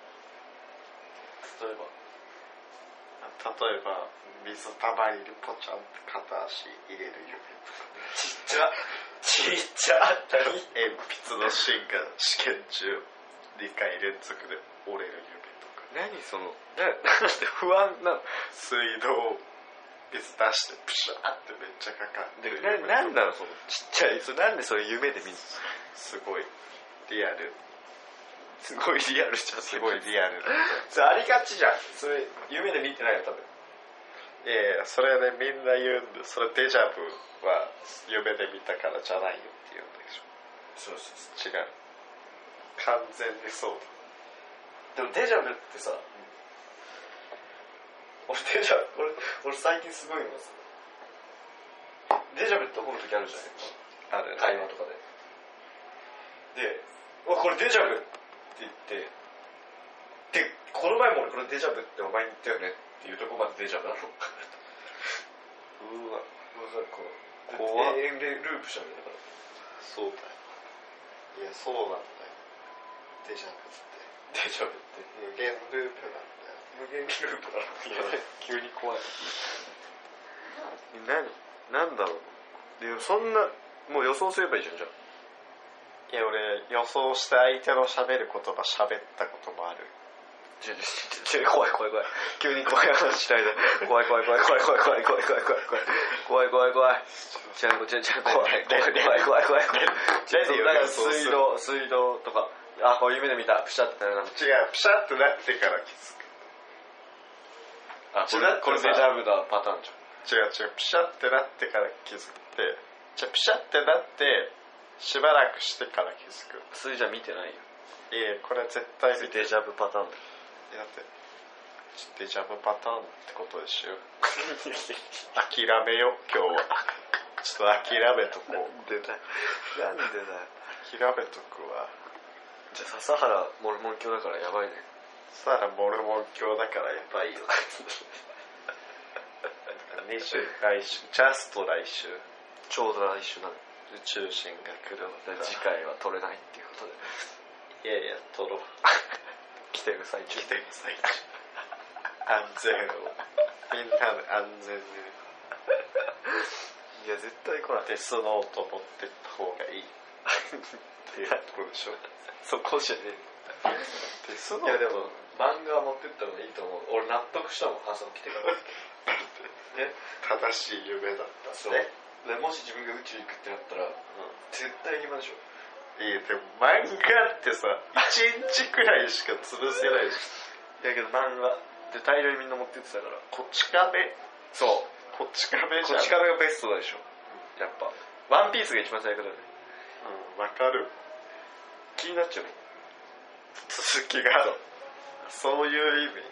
S2: 例えば
S1: 例えば水たまりにポチャンって片足入れる夢とか
S2: ちっちゃちっちゃったり
S1: 鉛筆の芯が試験中にかい連続で折れる夢とか。
S2: 何そのななんで不安なの。
S1: 水道水出してプシャーってめっちゃかかってる夢と
S2: か。なんだろうそのちっちゃいそれなんでそれ夢で見るの。
S1: すごいリアル
S2: すごいリアルじゃん。
S1: すごいリアル
S2: それありがちじゃん。それ夢で見てないよ多分。
S1: いやいやそれでみんな言うんでそれデジャブは夢で見たからじゃないよって言うんでしょ。
S2: そうそうそう
S1: 違う完全にそう
S2: だ。でもデジャブってさ、うん、俺デジャブ俺俺最近すごいのさデジャブって思う時あるじゃない。
S1: ある、ね、
S2: 会話とかででわこれデジャブって言ってでこの前も俺これデジャブってお前に言ったよねっていうとこまでデジャブなの。
S1: うわ
S2: 分かるこう
S1: 怖っ
S2: 永遠でループしちゃうんだから。
S1: そうだよ。いやそうなんだよデジャブって
S2: デジャブって
S1: 無限ループなんだよ。
S2: 無限ループなの。いや急に怖い。何なんだろう。でもそんなもう予想すればいいじゃんじゃあ。
S1: いや俺予想して相手の喋る言葉喋ったこともある。
S2: ちょちょちょ怖い怖い怖い急に怖い話しないで怖い怖い怖い怖い怖い怖い怖い怖い怖い怖い怖い怖いちゃんちゃんちゃん怖い怖い怖い怖い怖い怖いちゃんとなんか水道水道とかあこれ夢で見たプシャってなる。
S1: 違うプシャってなってから気づく。
S2: あこれこれデジャブだパターンじゃん。
S1: 違う違う、ピシャってなってから気づいて、じゃあピシャってなってしばらくしてから気づく。
S2: それじゃ見てないよ。
S1: いえ、これ絶対見て
S2: デジャブパターンだ。
S1: いやだってデジャブパターンってことでしょ。諦めよ今日は。ちょっと諦めとこう。
S2: 出た。なんでだよ。
S1: 諦めとくわ。
S2: じゃあ笹原モルモン教だからやばいね。
S1: さらモルモン教だからやばいよ。にじゅう来週、ジャスト来週、
S2: ちょうど来週なの。
S1: 宇宙人が来るので
S2: 次回は撮れないっていうことで。
S1: いやいや、撮ろう。
S2: 来てる最中。
S1: 来てる最中。安全を。みんなで安全に。
S2: いや、絶対来ない。
S1: デスノート持ってった方がいい。っていうところでしょ。
S2: そこじゃねえ。
S1: デスノート。
S2: いやでも漫画持ってった方がいいと思う。俺納得したもん、朝起きてからね、
S1: 正しい夢だった
S2: そう
S1: ね。
S2: でもし自分が宇宙行くってなったら、うん、絶対行きましょう。
S1: いやでも漫画ってさいちにちくらいしか潰せないし。
S2: いやけど漫画で大量にみんな持ってってたから。
S1: こち亀。
S2: そう
S1: こち亀じゃん。
S2: こち亀がベストでしょ、うん、やっぱワンピースが一番最悪だよね。
S1: うん、わかる。
S2: 気になっちゃう。
S1: 続きがそういう意味。こ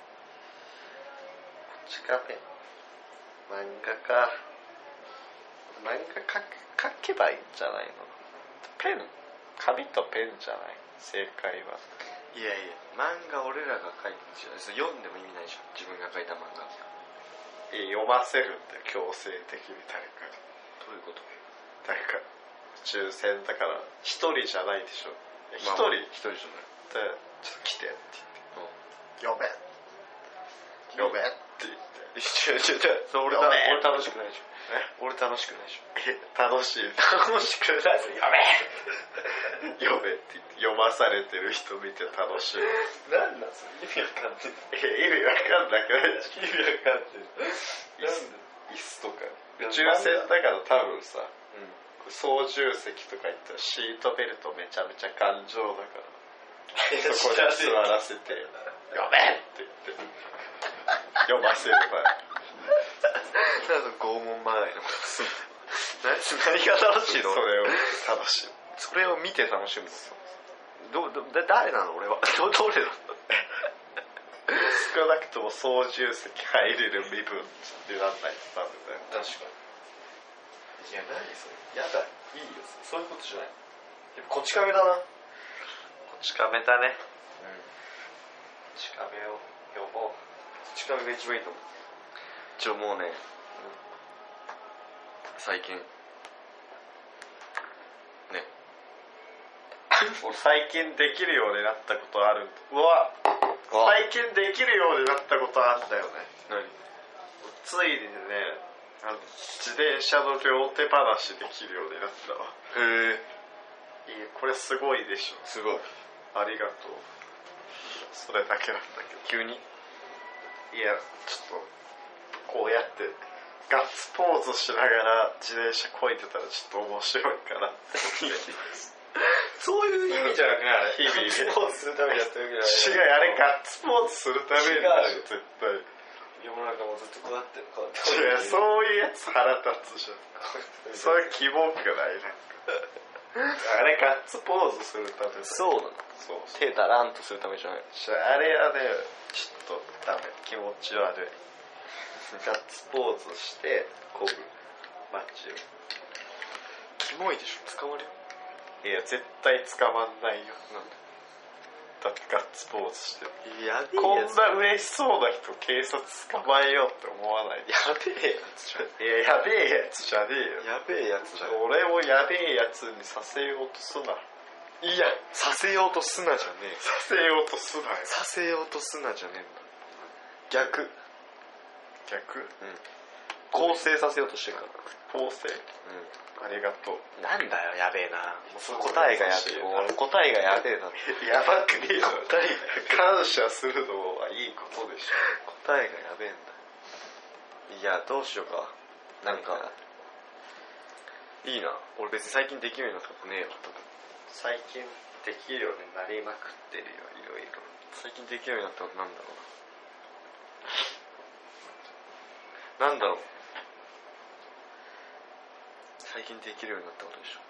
S1: ち亀漫画か。漫画描け、描けばいいんじゃないの。ペン、紙とペンじゃない、正解は。
S2: いやいや、漫画俺らが描いたんじゃない。読んでも意味ないじゃん、自分が描いた漫画。
S1: 読ませるんだよ、強制的に誰かに。
S2: どういうこと？
S1: 誰か宇宙船だから一人じゃないでしょ。一
S2: まあ、
S1: 人
S2: 一人じゃない。
S1: でちょっと来てって言って、うん、読め読めって言って。
S2: 一緒にそれ俺俺楽しくないでしょ。俺楽しくないでしょ。
S1: え、楽しい。
S2: 楽しくないですよ。
S1: 読め読めって言って読まされてる人見て楽しい。
S2: なんなんそれ、意味わかんない。
S1: え、意味わかんなくない。
S2: 意味わかんない。
S1: 椅子椅子とか宇宙船だから多分さ、
S2: うん、
S1: 操縦席とか行ったらシートベルトめちゃめちゃ頑丈だからそこで座らせて読めって言って読ませれば
S2: なんか拷問まがいのことする。何が楽しいの？
S1: それを楽しい。
S2: それを見て楽しむ。どど誰なの俺は。どどれなの？
S1: 少なくとも操縦席入れる身分になんないとダメだよ。
S2: 確かに。いや何それ。やだ。いいよ。そういうことじゃない。こち亀だな。
S1: こち亀だね。うん。こち亀を呼ぼう。
S2: こち亀が一番いいと思う。一応もうね、うん、最近ね
S1: 俺最近できるようになったことあるんだ。うわ最近できるようになったことあるんだよね。
S2: 何？
S1: ついにね、あの自転車の両手放しできるようになったわ。
S2: へえ。
S1: いい、これすごいでしょ。
S2: すごい。
S1: ありがとう。それだけなんだけど。
S2: 急に？
S1: いや、ちょっとこうやってガッツポーズしながら自転車こいでたらちょっと面白いかなって
S2: そういう意味じゃなくない？
S1: 日々
S2: ガッツポーズするためにやってるわけじゃない。
S1: 違う、あれガッツポーズするためにだよ絶対。
S2: 世の中もずっとこうやってるか。
S1: 違う、そういうやつ腹立つじゃん。それキモくないなんか。あれガッツポーズするためだよ。
S2: そうなの。
S1: そうそう。
S2: 手だらんとするためじゃない。
S1: あれはね、ちょっとダメ。気持ち悪い。ガッツポーズしてこぐ街を。
S2: キモいでしょ。捕まるよ。
S1: いや絶対捕まんないよ。なんで？だってガッツポーズして
S2: やべえ
S1: こん
S2: やつ。
S1: な嬉しそうな人警察捕まえようって思わない。
S2: やべえやつじゃん。
S1: いややべえやつじゃねえよ。
S2: やべえやつじゃん。
S1: 俺をやべえやつにさせようとすな。
S2: いや、させようとすなじゃねえ。
S1: させようとすなよ。
S2: させようとすなじゃねえんだ。逆。
S1: 逆？
S2: うん。構成させようとしてるから。
S1: 構成？うん。ありがとう。
S2: なんだよ、やべえな。答えがやべえな。答えがやべえな。
S1: やばくねえよ。
S2: 答え
S1: が感謝するのはいいことでしょ。
S2: 答えがやべえんだ。いや、どうしようか。なんか、いいな。俺別に最近できるようになったことねえよ。
S1: 最近できるようになりまくってるよ、いろいろ。
S2: 最近できるようになったことなんだろうな。なんだろう。 最近できるようになったことでしょ。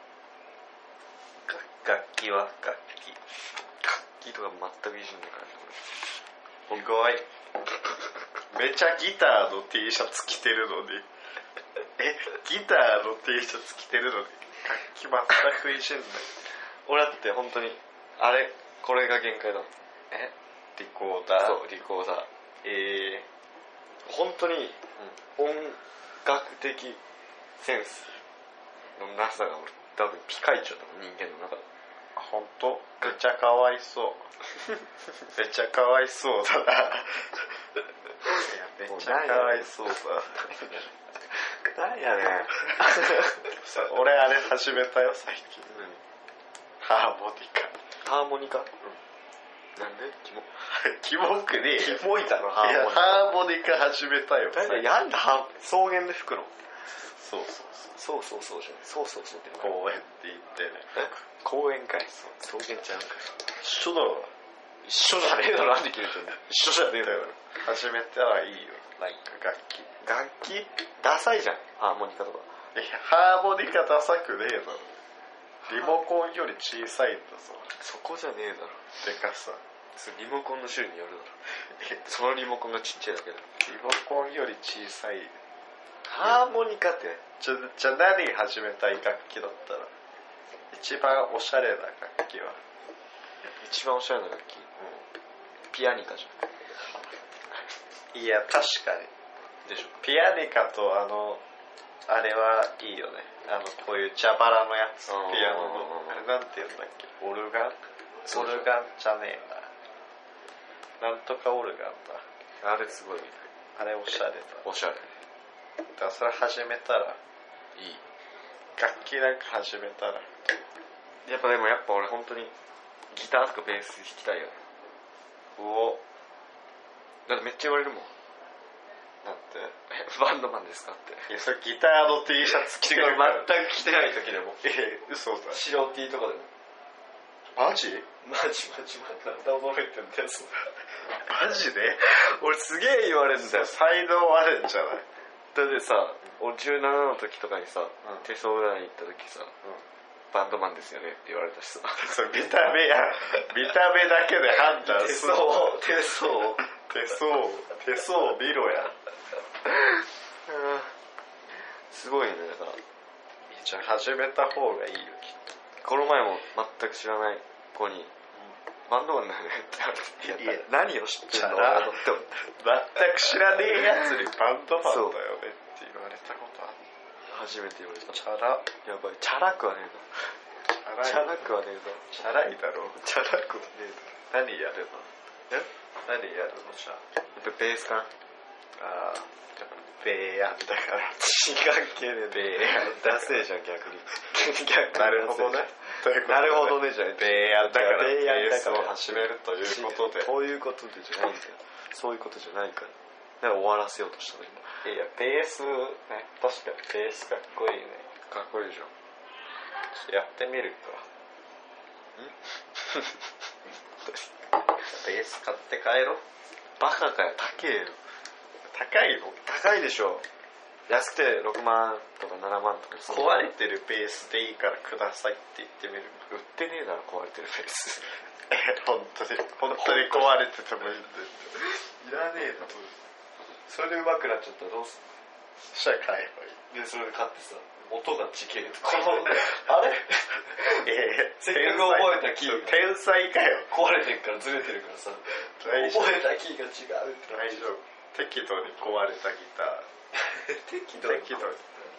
S1: 楽器は楽器
S2: 楽器とか全くいじんないからね
S1: すごいめちゃギターの T シャツ着てるのにえギターの T シャツ着てるのに楽器全くいじんない
S2: 俺だって本当にあれこれが限界だもん。
S1: えリコーダー
S2: そうリコーダー。
S1: え
S2: ー、本当に音楽的センスのなさが俺多分ピカイチだと思う、人間の中で。
S1: 本当めっちゃかわいそうめっちゃかわいそうだないやめっちゃかわいそうだ
S2: なんやねん
S1: 俺あれ始めたよ最近、うん、ハーモニカ
S2: ハーモニカ、うん、なんでキモ
S1: キモくねえ
S2: キモいだろハ
S1: ーモニカハーモニカ始めたよ
S2: やんだ草原で吹くの
S1: そうそう
S2: そうそうそうそうじゃないそうそうそうって
S1: 公園って言ってね
S2: 公園かい草原ちゃうんかい
S1: 一緒だろ
S2: 一緒じゃねえだろなんで切れてんの一緒じゃねえだろ
S1: 始めたらいいよなんか楽器
S2: 楽器ダサいじゃんハーモニカとか
S1: いやハーモニカダサくねえだろリモコンより小さいんだぞ
S2: そこじゃねえだろ
S1: てかさ
S2: リモコンの種類によるだろそのリモコンがちっちゃいだけだ
S1: リモコンより小さい
S2: ハーモニカって
S1: じゃじゃ何始めたい楽器だったら一番おしゃれな楽器は
S2: 一番おしゃれな楽器、うん、ピアニカじ
S1: ゃんいや確かに
S2: でしょ
S1: ピアニカとあのあれはいいよねあのこういう蛇腹のやつピアノのあれなんていうんだっけオルガンオルガンじゃねえななんとかオルガンだ
S2: あれすごい
S1: あれおしゃれだ
S2: おしゃれ
S1: だからそれ始めたら
S2: いい
S1: 楽器なんか始めたら
S2: やっぱでもやっぱ俺本当にギターとかベース弾きたいよね
S1: うお
S2: だってめっちゃ言われるもん
S1: なんて
S2: バンドマンですかって
S1: いやそれギターの T シャツ着てるから
S2: 全く着てない時でも
S1: え嘘だ
S2: 白 T とかでも
S1: マジ
S2: マジマジマジなんだ驚いてんだよ
S1: マジで
S2: 俺すげえ言われるんだよ
S1: 才能あるんじゃない
S2: だってさ俺じゅうななの時とかにさ、うん、手相占い行った時さ、うん、バンドマンですよねって言われたしさ
S1: それ見た目や見た目だけで判断する
S2: 手相
S1: 手相手相見ろや
S2: すごいねだから
S1: じゃあ始めた方がいいよきっと
S2: この前も全く知らない子に、うん、バンドマンだよねって言われていや何を知ってんの俺だって
S1: 全く知らねえやつにバンドマンだよねって言われたことある
S2: 初めて言われた
S1: チャラ
S2: やばいチャラくはねえなチャラくはねえぞ
S1: チャラいだろ
S2: チャラくはねえぞ
S1: 何やるのえ何やるのじゃあ
S2: やっぱベースかな
S1: ああベーヤンだから
S2: 違うけねベーヤンダセーじゃん逆に
S1: なるほどね
S2: なるほどねじゃん
S1: ベーヤンだから
S2: ベーヤンだから
S1: ベースを始めるということで
S2: そういうことでじゃないんだよそういうことじゃないからだから終わらせようとしたの今
S1: いやベースね確かにベースかっこいいね
S2: かっこいいでしょ
S1: やってみるかんベース買って帰ろう
S2: バカかよ高えよ
S1: 高いの
S2: 高いでしょ安くてろくまんとかななまんとか
S1: 壊れてるベースでいいからくださいって言ってみる
S2: 売ってねえだろ壊れてるベース
S1: え本当に本当に壊れててもいいんで
S2: いらねえだろそれで上手くなっちゃったらどうすんの
S1: そしたら買えばいい
S2: でそれで買ってさ音がちげえこのあれ
S1: え
S2: せっかく覚えたキー
S1: 天才かよ
S2: 壊れてるからずれてるからさ覚えたキーが違うって
S1: 大丈夫適度に壊れたギター
S2: 適度に
S1: 適度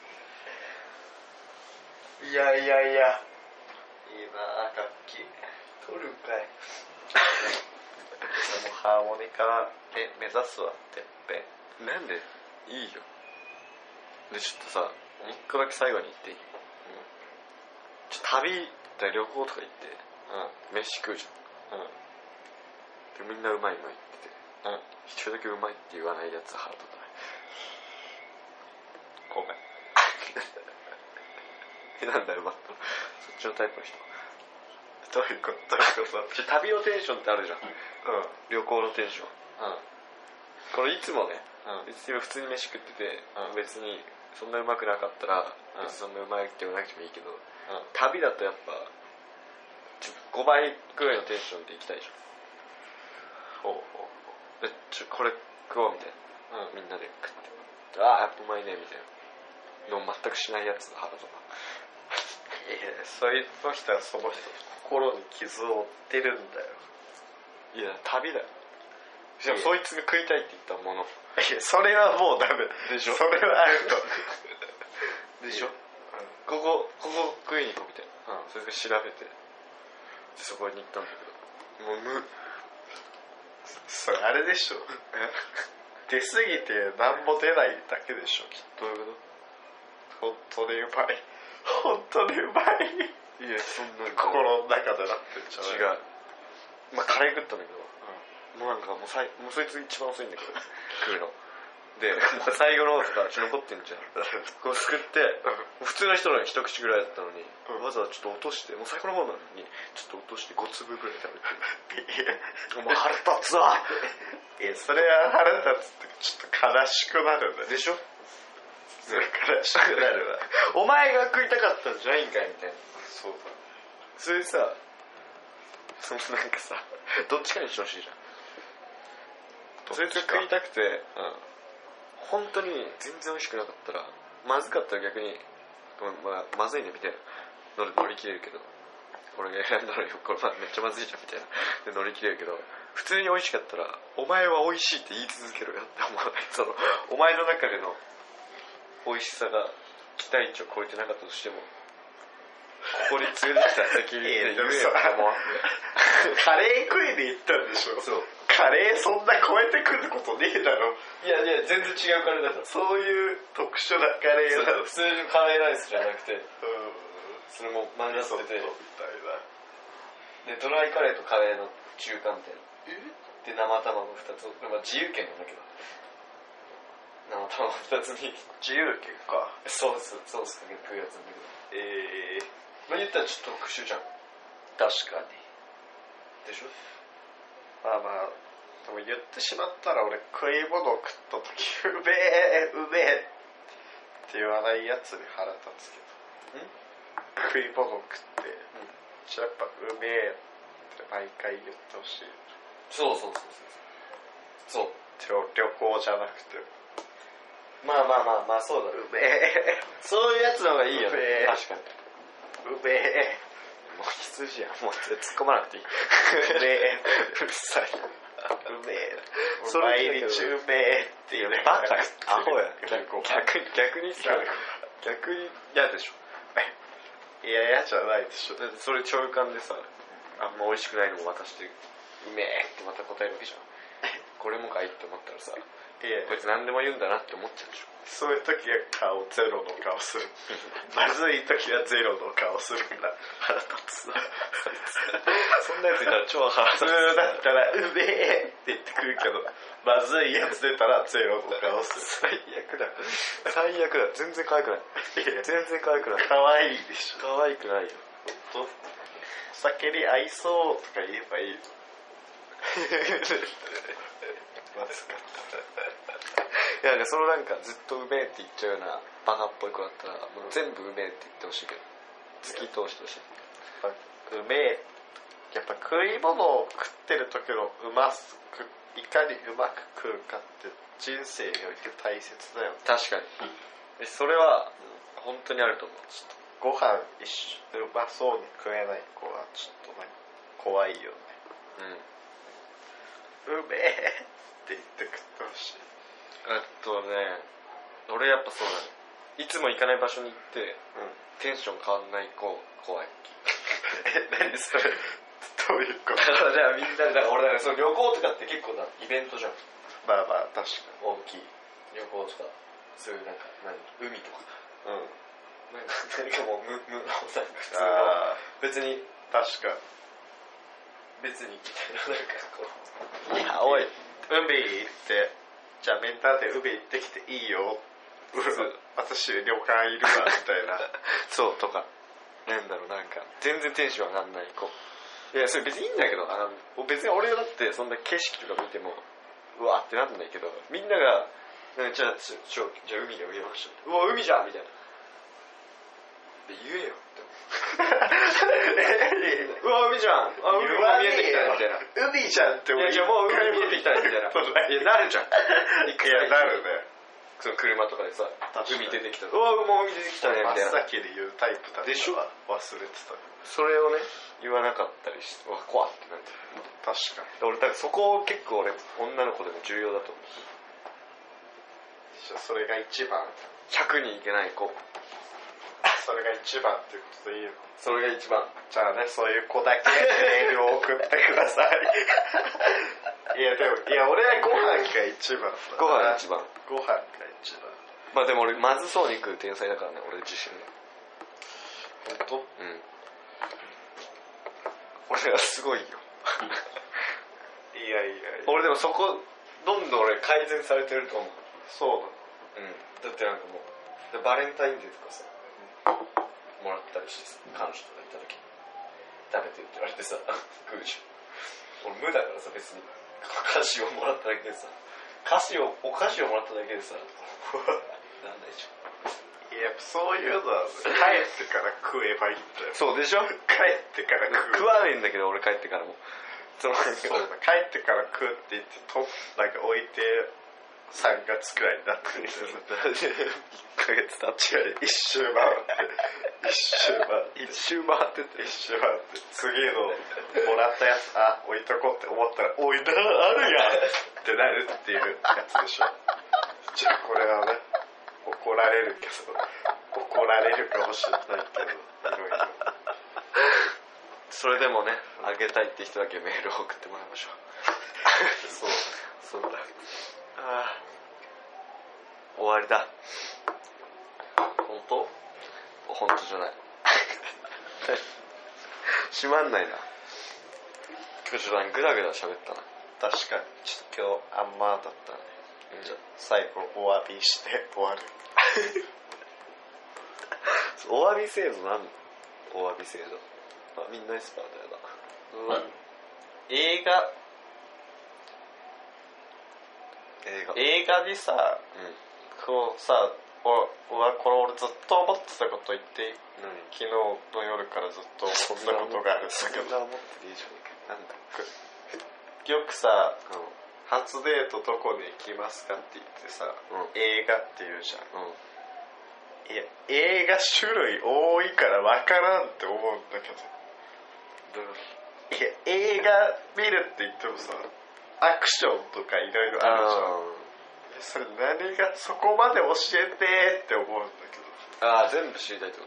S1: にいやいやいやいいな楽器
S2: 取るんかい
S1: もうハーモニカで目指すわてっぺ
S2: んなんでいいよでちょっとさ一個だけ最後に言っていい、うん、ちょっと旅で旅行とか行って、うん、飯食うじゃん、うん、でみんなうまいうまいって言って、うん、一人だけうまいって言わないやつハートだね
S1: ごめん
S2: えなんだよバッとそっちのタイプの人
S1: どういうことどういうこと
S2: 旅のテンションってあるじゃん、うん、旅行のテンション、うん、これいつもね、うん、別に普通に飯食ってて、うん、別にそんな上手くなかったら、
S1: うん、
S2: 別にそんな上手くてもなくてもいいけど、
S1: うん、
S2: 旅だとやっぱちょごばいぐらいのテンションで行きたいじゃん。
S1: ほうほうほう。
S2: えちょこれ食おうみたいな、
S1: うん、
S2: みんなで食ってああやっぱうまいねみたいなの全くしないやつ腹とか。
S1: いやそういう人はその人心に傷を負ってるんだよ。
S2: いや旅だよ。しかもそいつが食いたいって言ったもの。
S1: いやそれはもうダメ
S2: でしょ。
S1: それはアウト
S2: でしょ、うん、ここここ食いに行こうみたいな、
S1: うん、
S2: それで調べてでそこに行ったんだけどもう無
S1: それあれでしょ出過ぎて何も出ないだけでしょきっ
S2: と。どういうこ
S1: と本当にうまい本当にうまい。
S2: いやそんな
S1: 心の中でなってるじゃない。
S2: 違う。まあカレー食ったんだけど、うん、もうなんかもうさいもうそいつ一番遅いんだけど食うのでもう最後の方とかちょっと残ってんじゃんこうすくって、うん、普通の人の一口ぐらいだったのに、うん、わざわざちょっと落としてもう最後の方なのにちょっと落としてご粒ぐらい食べてもう腹立つわ
S1: いやそれは腹立つってちょっと悲しくなるんだ
S2: でしょ。
S1: それ悲しくなるわ
S2: お前が食いたかったんじゃないんかいみたいな。
S1: そうだ。
S2: それでさそのなんかさどっちかにしてほしいじゃん。それが食いたくて、うん、本当に全然美味しくなかったらまずかったら逆に、まあ、まずいねみたいなので乗り切れるけどこれが選んだのよこれめっちゃまずいじゃんみたいなで乗り切れるけど普通に美味しかったらお前は美味しいって言い続けろよって思わない。そのお前の中での美味しさが期待値を超えてなかったとしてもここに連れてきた責任で言えよって思わ
S1: カレー食いに行ったんでしょ。
S2: そう
S1: カレーそんな超えてくることねえだろ。
S2: いやいや全然違うカレーだから。
S1: そういう特殊なカレーだろ。
S2: 普通のカレーライスじゃなくて、うん、それもマイナスってて
S1: みたいな
S2: でドライカレーとカレーの中間みたいなで生卵ふたつ、まあ、自由権なんだけど生卵ふたつに
S1: 自由権か
S2: ソースソースかけて食うやつなんだけど
S1: ええー、
S2: まあ言ったらちょっと特殊じゃん。
S1: 確かに
S2: でしょ。
S1: まあまあでも言ってしまったら俺食い物を食った時うめえうめえって言わないやつに腹立つけどん食い物を食って、うん、やっぱうめえって毎回言ってほしい。
S2: そうそうそうそう
S1: そう旅行じゃなくて
S2: まあまあまあまあそうだ
S1: うめえ
S2: そういうやつの方がいいよ
S1: ね。
S2: 確かに
S1: うめえ
S2: もう羊やんもう突っ込まなくていい。
S1: うめえうるさいうめえそれ毎日うめえっていう
S2: バカやアホや
S1: 逆
S2: に逆にさ逆に嫌でしょ。
S1: いや嫌じゃないでしょ。
S2: だってそれ長官でさあんま美味しくないのも渡してうめえってまた答えるわけじゃん。これもかいって思ったらさ
S1: いや
S2: こいつ何でも言うんだなって思っちゃうでしょ。
S1: そういう時は顔ゼロの顔するまずい時はゼロの顔するんだ。腹立つな
S2: そんなやついたら超腹立つ。
S1: 普通だったらうめえって言ってくるけどまずいやつ出たらゼロの顔する。
S2: 最悪だ最悪だ全然可愛くない全然可愛くない。
S1: 可愛いでしょ。
S2: 可愛くないよ。
S1: お酒に合いそうとか言えばいいまずか
S2: いやねそのなんかずっとうめえって言っちゃうようなバカっぽい子だったらもう全部うめえって言ってほしいけど突き通してほしい。
S1: うめえやっぱ食い物を食ってる時のうますくいかにうまく食うかって人生において大切だよ。
S2: 確かにそれは本当にあると思う。ちょっと
S1: ご飯一緒でうまそうに食えない子はちょっとね怖いよね。うんうめえって言って食ってほしい。
S2: あとね俺やっぱそうだねいつも行かない場所に行って、うん、テンション変わんない子怖い
S1: え何それどういうこと。
S2: だからじゃあみんなでだから俺だからその旅行とかって結構なイベントじゃん。
S1: まあまあ確かに
S2: 大きい旅行とかそういうなんか何海とか
S1: うん
S2: なんか何かもう無無の普通の別に
S1: 確か
S2: 別にみたいななんかこ
S1: ういやおい海行ってじゃあメンターで海行ってきていいよ私旅館いるわみたいな
S2: そうとかなんだろうなんか全然テンション上がんない子いやそれ別にいいんだけどあの別に俺だってそんな景色とか見てもうわってなんないけどみんながじゃあちょちょじゃあ海で見えました、うわ海じゃんみたいなで言えよってうわ海じゃん、あ海が見えてきたみたいな、
S1: 海じゃんって
S2: いやいやもう海見えてきたみたいないやなるじゃん
S1: いやなるね、
S2: その車とかでさ海出てきた、うわもう海出てきたねみたいな、
S1: 真っ先で言うタイプだった
S2: でしょ、
S1: 忘れてた。
S2: それをね言わなかったりして、うわ怖ってなって、
S1: 確かに
S2: 俺だからそこを結構俺女の子でも重要だと思う。
S1: じゃあそれが一番、
S2: ひゃくにんいけない子、
S1: それが一番っていうことでいいの。
S2: それが一番。
S1: じゃあね、そういう子だけメールを送ってください。いやでも、いや俺はご飯が一番だ。
S2: ご飯が一番。
S1: ご飯が一番。
S2: まあでも俺まずそうに食う天才だからね、俺自身が。
S1: 本当？
S2: うん。俺はすごいよ。
S1: いやいやいや。
S2: 俺でもそこどんどん俺改善されてると思う。
S1: そう
S2: だ。うん。だってなんかもうバレンタインデーとかさ、もらったりしてさ、彼女とか行った時食べてって言われてさ食うじゃん。俺無だからさ、別に菓子をもらっただけでさ、菓子をお菓子をもらっただけでさなんないじゃん。
S1: いやそういうのは帰ってから食えばいいんだよ。
S2: そうでしょ。
S1: 帰ってから食う。
S2: 食わねえんだけど俺帰ってからもその
S1: そうだ、帰ってから食うって言ってとなんか置いてさんがつくらいになってるんですよ。い
S2: いっかげつ経って
S1: 一周回って一周回って
S2: 一周回ってて
S1: 一周回って次のもらったやつあ置いとこうって思ったらおいなあるやんってなるっていうやつでしょ。じゃあこれはね怒られるけど怒られるかもしれないけどいろいろ
S2: それでもねあげたいって人だけメールを送ってもらいましょう。そうそうだ。ああ終わりだ。本当？本当じゃない。閉まんないな。今日ちょっとグダグダ喋ったな。
S1: 確かにちょっと今日あんまだったね。じゃあ最後お詫びして終わる。
S2: お詫び制度なんの？お詫び制度。あ、みんなエスパーだよな。うん、
S1: 映画
S2: 映画
S1: 映画にさ、うん、こうさ、おわこれ俺ずっと思ってたこと言っていい？
S2: 何？
S1: 昨日の夜からずっとそんなことがあるんだけど。
S2: そんな思ってていいじゃん。なんだ。
S1: よくさ、
S2: うん、
S1: 初デートどこで行きますかって言ってさ、うん、映画って言うじゃん。うん、いや映画種類多いから分からんって思うんだけど。
S2: どう
S1: いや映画見るって言ってもさアクションとかいろいろあるじゃん。それ何がそこまで教えてって思うんだけど。
S2: ああ全部知りたいってこと？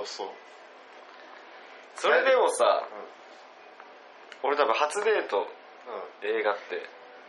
S1: そうそう。
S2: それでもさ、うん、俺多分初デート、うん、映画って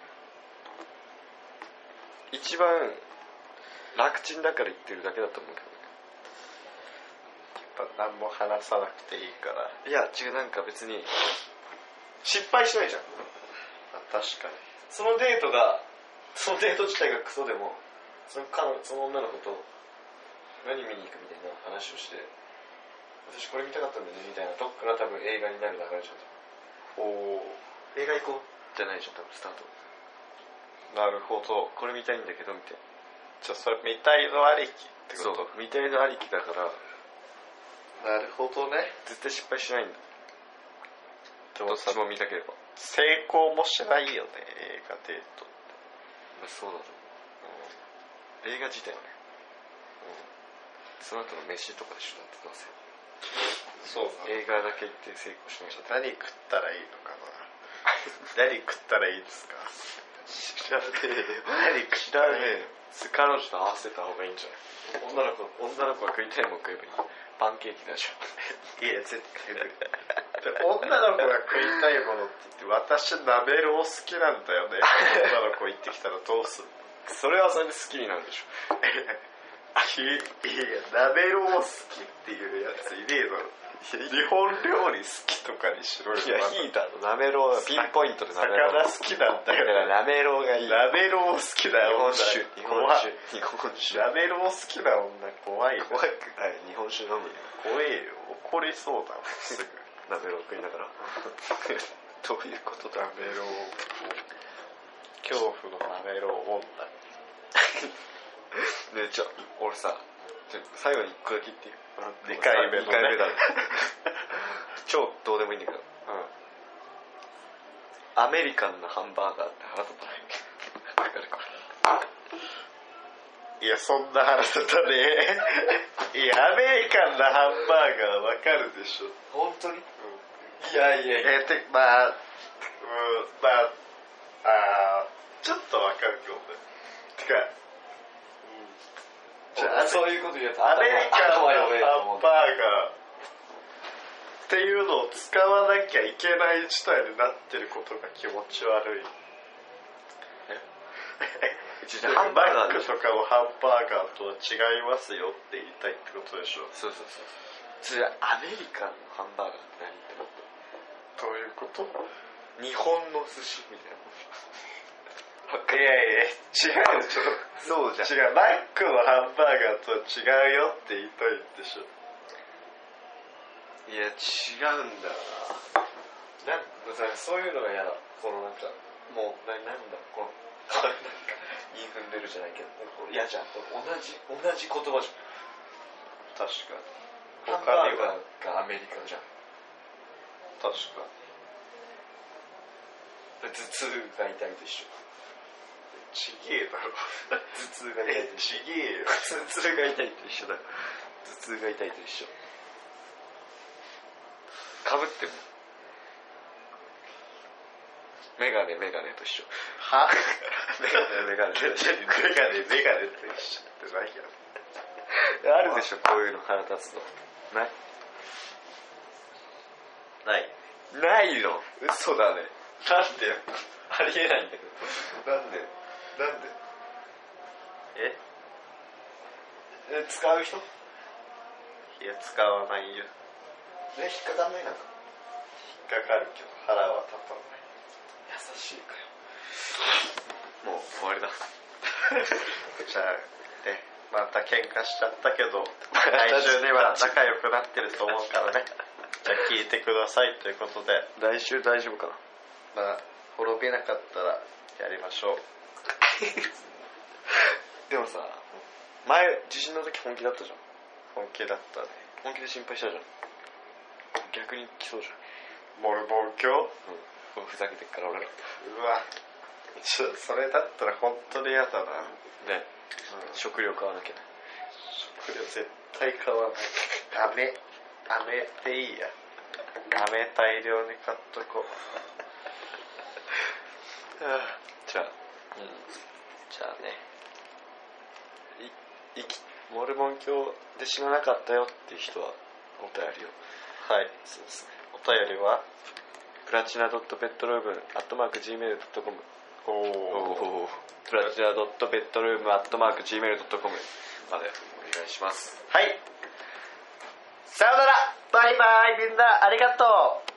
S2: 一番楽ちんだから言ってるだけだと思うけどね。
S1: やっぱ何も話さなくていいから。
S2: いや違う、なんか別に失敗しないじゃん。
S1: あ、確かに。
S2: そのデートがそのデート自体がクソでもその彼その女の子と何見に行くみたいな話をして、私これ見たかったんだよねみたいなとこから多分映画になる流れじゃん。
S1: お
S2: 映画行こうじゃないじゃん多分スタート。
S1: なるほど。
S2: これ見たいんだけどみたいな。
S1: じゃあそれ見たいのありきってこと？
S2: そう見たいのありきだから。
S1: なるほどね。
S2: 絶対失敗しないんだ。
S1: でもさ、
S2: どっちも見たければ
S1: 成功もしないよね映画デートって。
S2: まあ、そうだと思う、うん、映画自体ね、うん、その後の飯とかでしょだってどうせ。
S1: そうだ、
S2: 映画だけ行って成功しない。
S1: 何食ったらいいのかな。何食ったらいいですか。
S2: 知らねえよ。
S1: 何食ったらいいの。
S2: 彼女と合わせた方がいいんじゃない。女の子女の子が食いたいもん食えばいい。パンケーキだしょ。
S1: いや絶対無理。女の子が食いたいものって言って私なめろう好きなんだよね。女の子行ってきたらどうするの。
S2: それはそれで好きになるでしょ。
S1: いやなめろう好きっていうやついねえだろ。日本料理好きとかにしろよ。
S2: いやいいだろ。なめろうピンポイントでなめろう
S1: 魚好きなんだよ。
S2: だからなめろうがいい。
S1: なめろう好きだよ。
S2: 日本酒日本酒日本酒。
S1: なめろう好きな女怖い。
S2: 怖い。はい、日本酒飲む。
S1: 怖えよ。怒りそうだもんすぐ。
S2: なめろう食いながら。どういうことだ。
S1: なめろう恐怖のなめろう女。
S2: でちょ俺さちょ最後にいっこだけ言っていい？
S1: にかいめのね
S2: にかいめだ超どうでもいいんだけど、うん、アメリカンなハンバーガーって腹立たない？わかるこ
S1: れ。いやそんな腹立たねえ。いやアメリカンなハンバーガーわかるでしょ。
S2: 本当に？うん、
S1: いやいやいや、えー、てまあ、うん、まああちょっとわかるけどね。てか、
S2: じゃあそういうこと言うと
S1: アメリカンのハンバーガーっていうのを使わなきゃいけない事態になってることが気持ち悪い。ハンバーガーとかもハンバーガーとは違いますよって言いたいってことでしょ。
S2: そうそうそう。それアメリカンのハンバーガーって何ってこと？
S1: どういうこと？
S2: 日本の寿司みたいな。
S1: いやいや違うでしょ。
S2: そうじゃん。
S1: 違う、マックのハンバーガーとは違うよって言いたいでしょ。
S2: いや違うんだよな。なんかさそういうのが嫌だ。このなんかもうななんだこのなんか言い踏んでるじゃないけど嫌じゃん。同じ同じ言葉じゃん。
S1: 確かに。
S2: ハンバーガーがアメリカじゃん。
S1: 確かに。
S2: 頭痛が痛いと一緒。
S1: ちげえだろ。
S2: 頭痛が痛いと
S1: ちげえよ。
S2: 頭痛が痛いと一緒だ。頭痛が痛いと一緒。かぶってもメガネメガネと一緒。
S1: は？
S2: メガネメガネと一緒。
S1: メガネメガネと一緒って何や。
S2: あるでしょこういうの腹立つの。ない？
S1: ない。
S2: ないの？嘘だね。
S1: なんでよ。
S2: ありえないんだけど。なんで？なんで？
S1: え？
S2: え使う人？
S1: いや使わないよ。
S2: ね引っかかんないなんか。
S1: 引っかかるけど腹は立たない。
S2: 優しいかよ。もう終わりだ。
S1: じゃあねまた喧嘩しちゃったけど来週には仲良くなってると思うからね。じゃあ聞いてくださいということで。
S2: 来週大丈夫かな。
S1: まあ滅びなかったらやりましょう。
S2: でもさ前地震の時本気だったじゃん。
S1: 本気だったね。
S2: 本気で心配したじゃん。逆に来そうじゃん。
S1: モルモン教？
S2: うん、ふざけてっから俺ら。
S1: うわちょそれだったら本当に嫌だな
S2: ね、うん、食料買わなきゃ。
S1: 食料絶対買わない。飴飴でいいや。飴大量に買っとこう。
S2: じゃあ、うん、じゃあねいいきモルモン教で死ななかったよっていう人はお便りを。
S1: はい、
S2: そうですね。
S1: お便りは
S2: プラチナドットベッドルームアットマーク ジーメールドットコム。
S1: おお
S2: プラチナドットベッドルームアットマーク ジーメールドットコム までお願いします。
S1: はい、さよなら、バイバイ、みんなありがとう。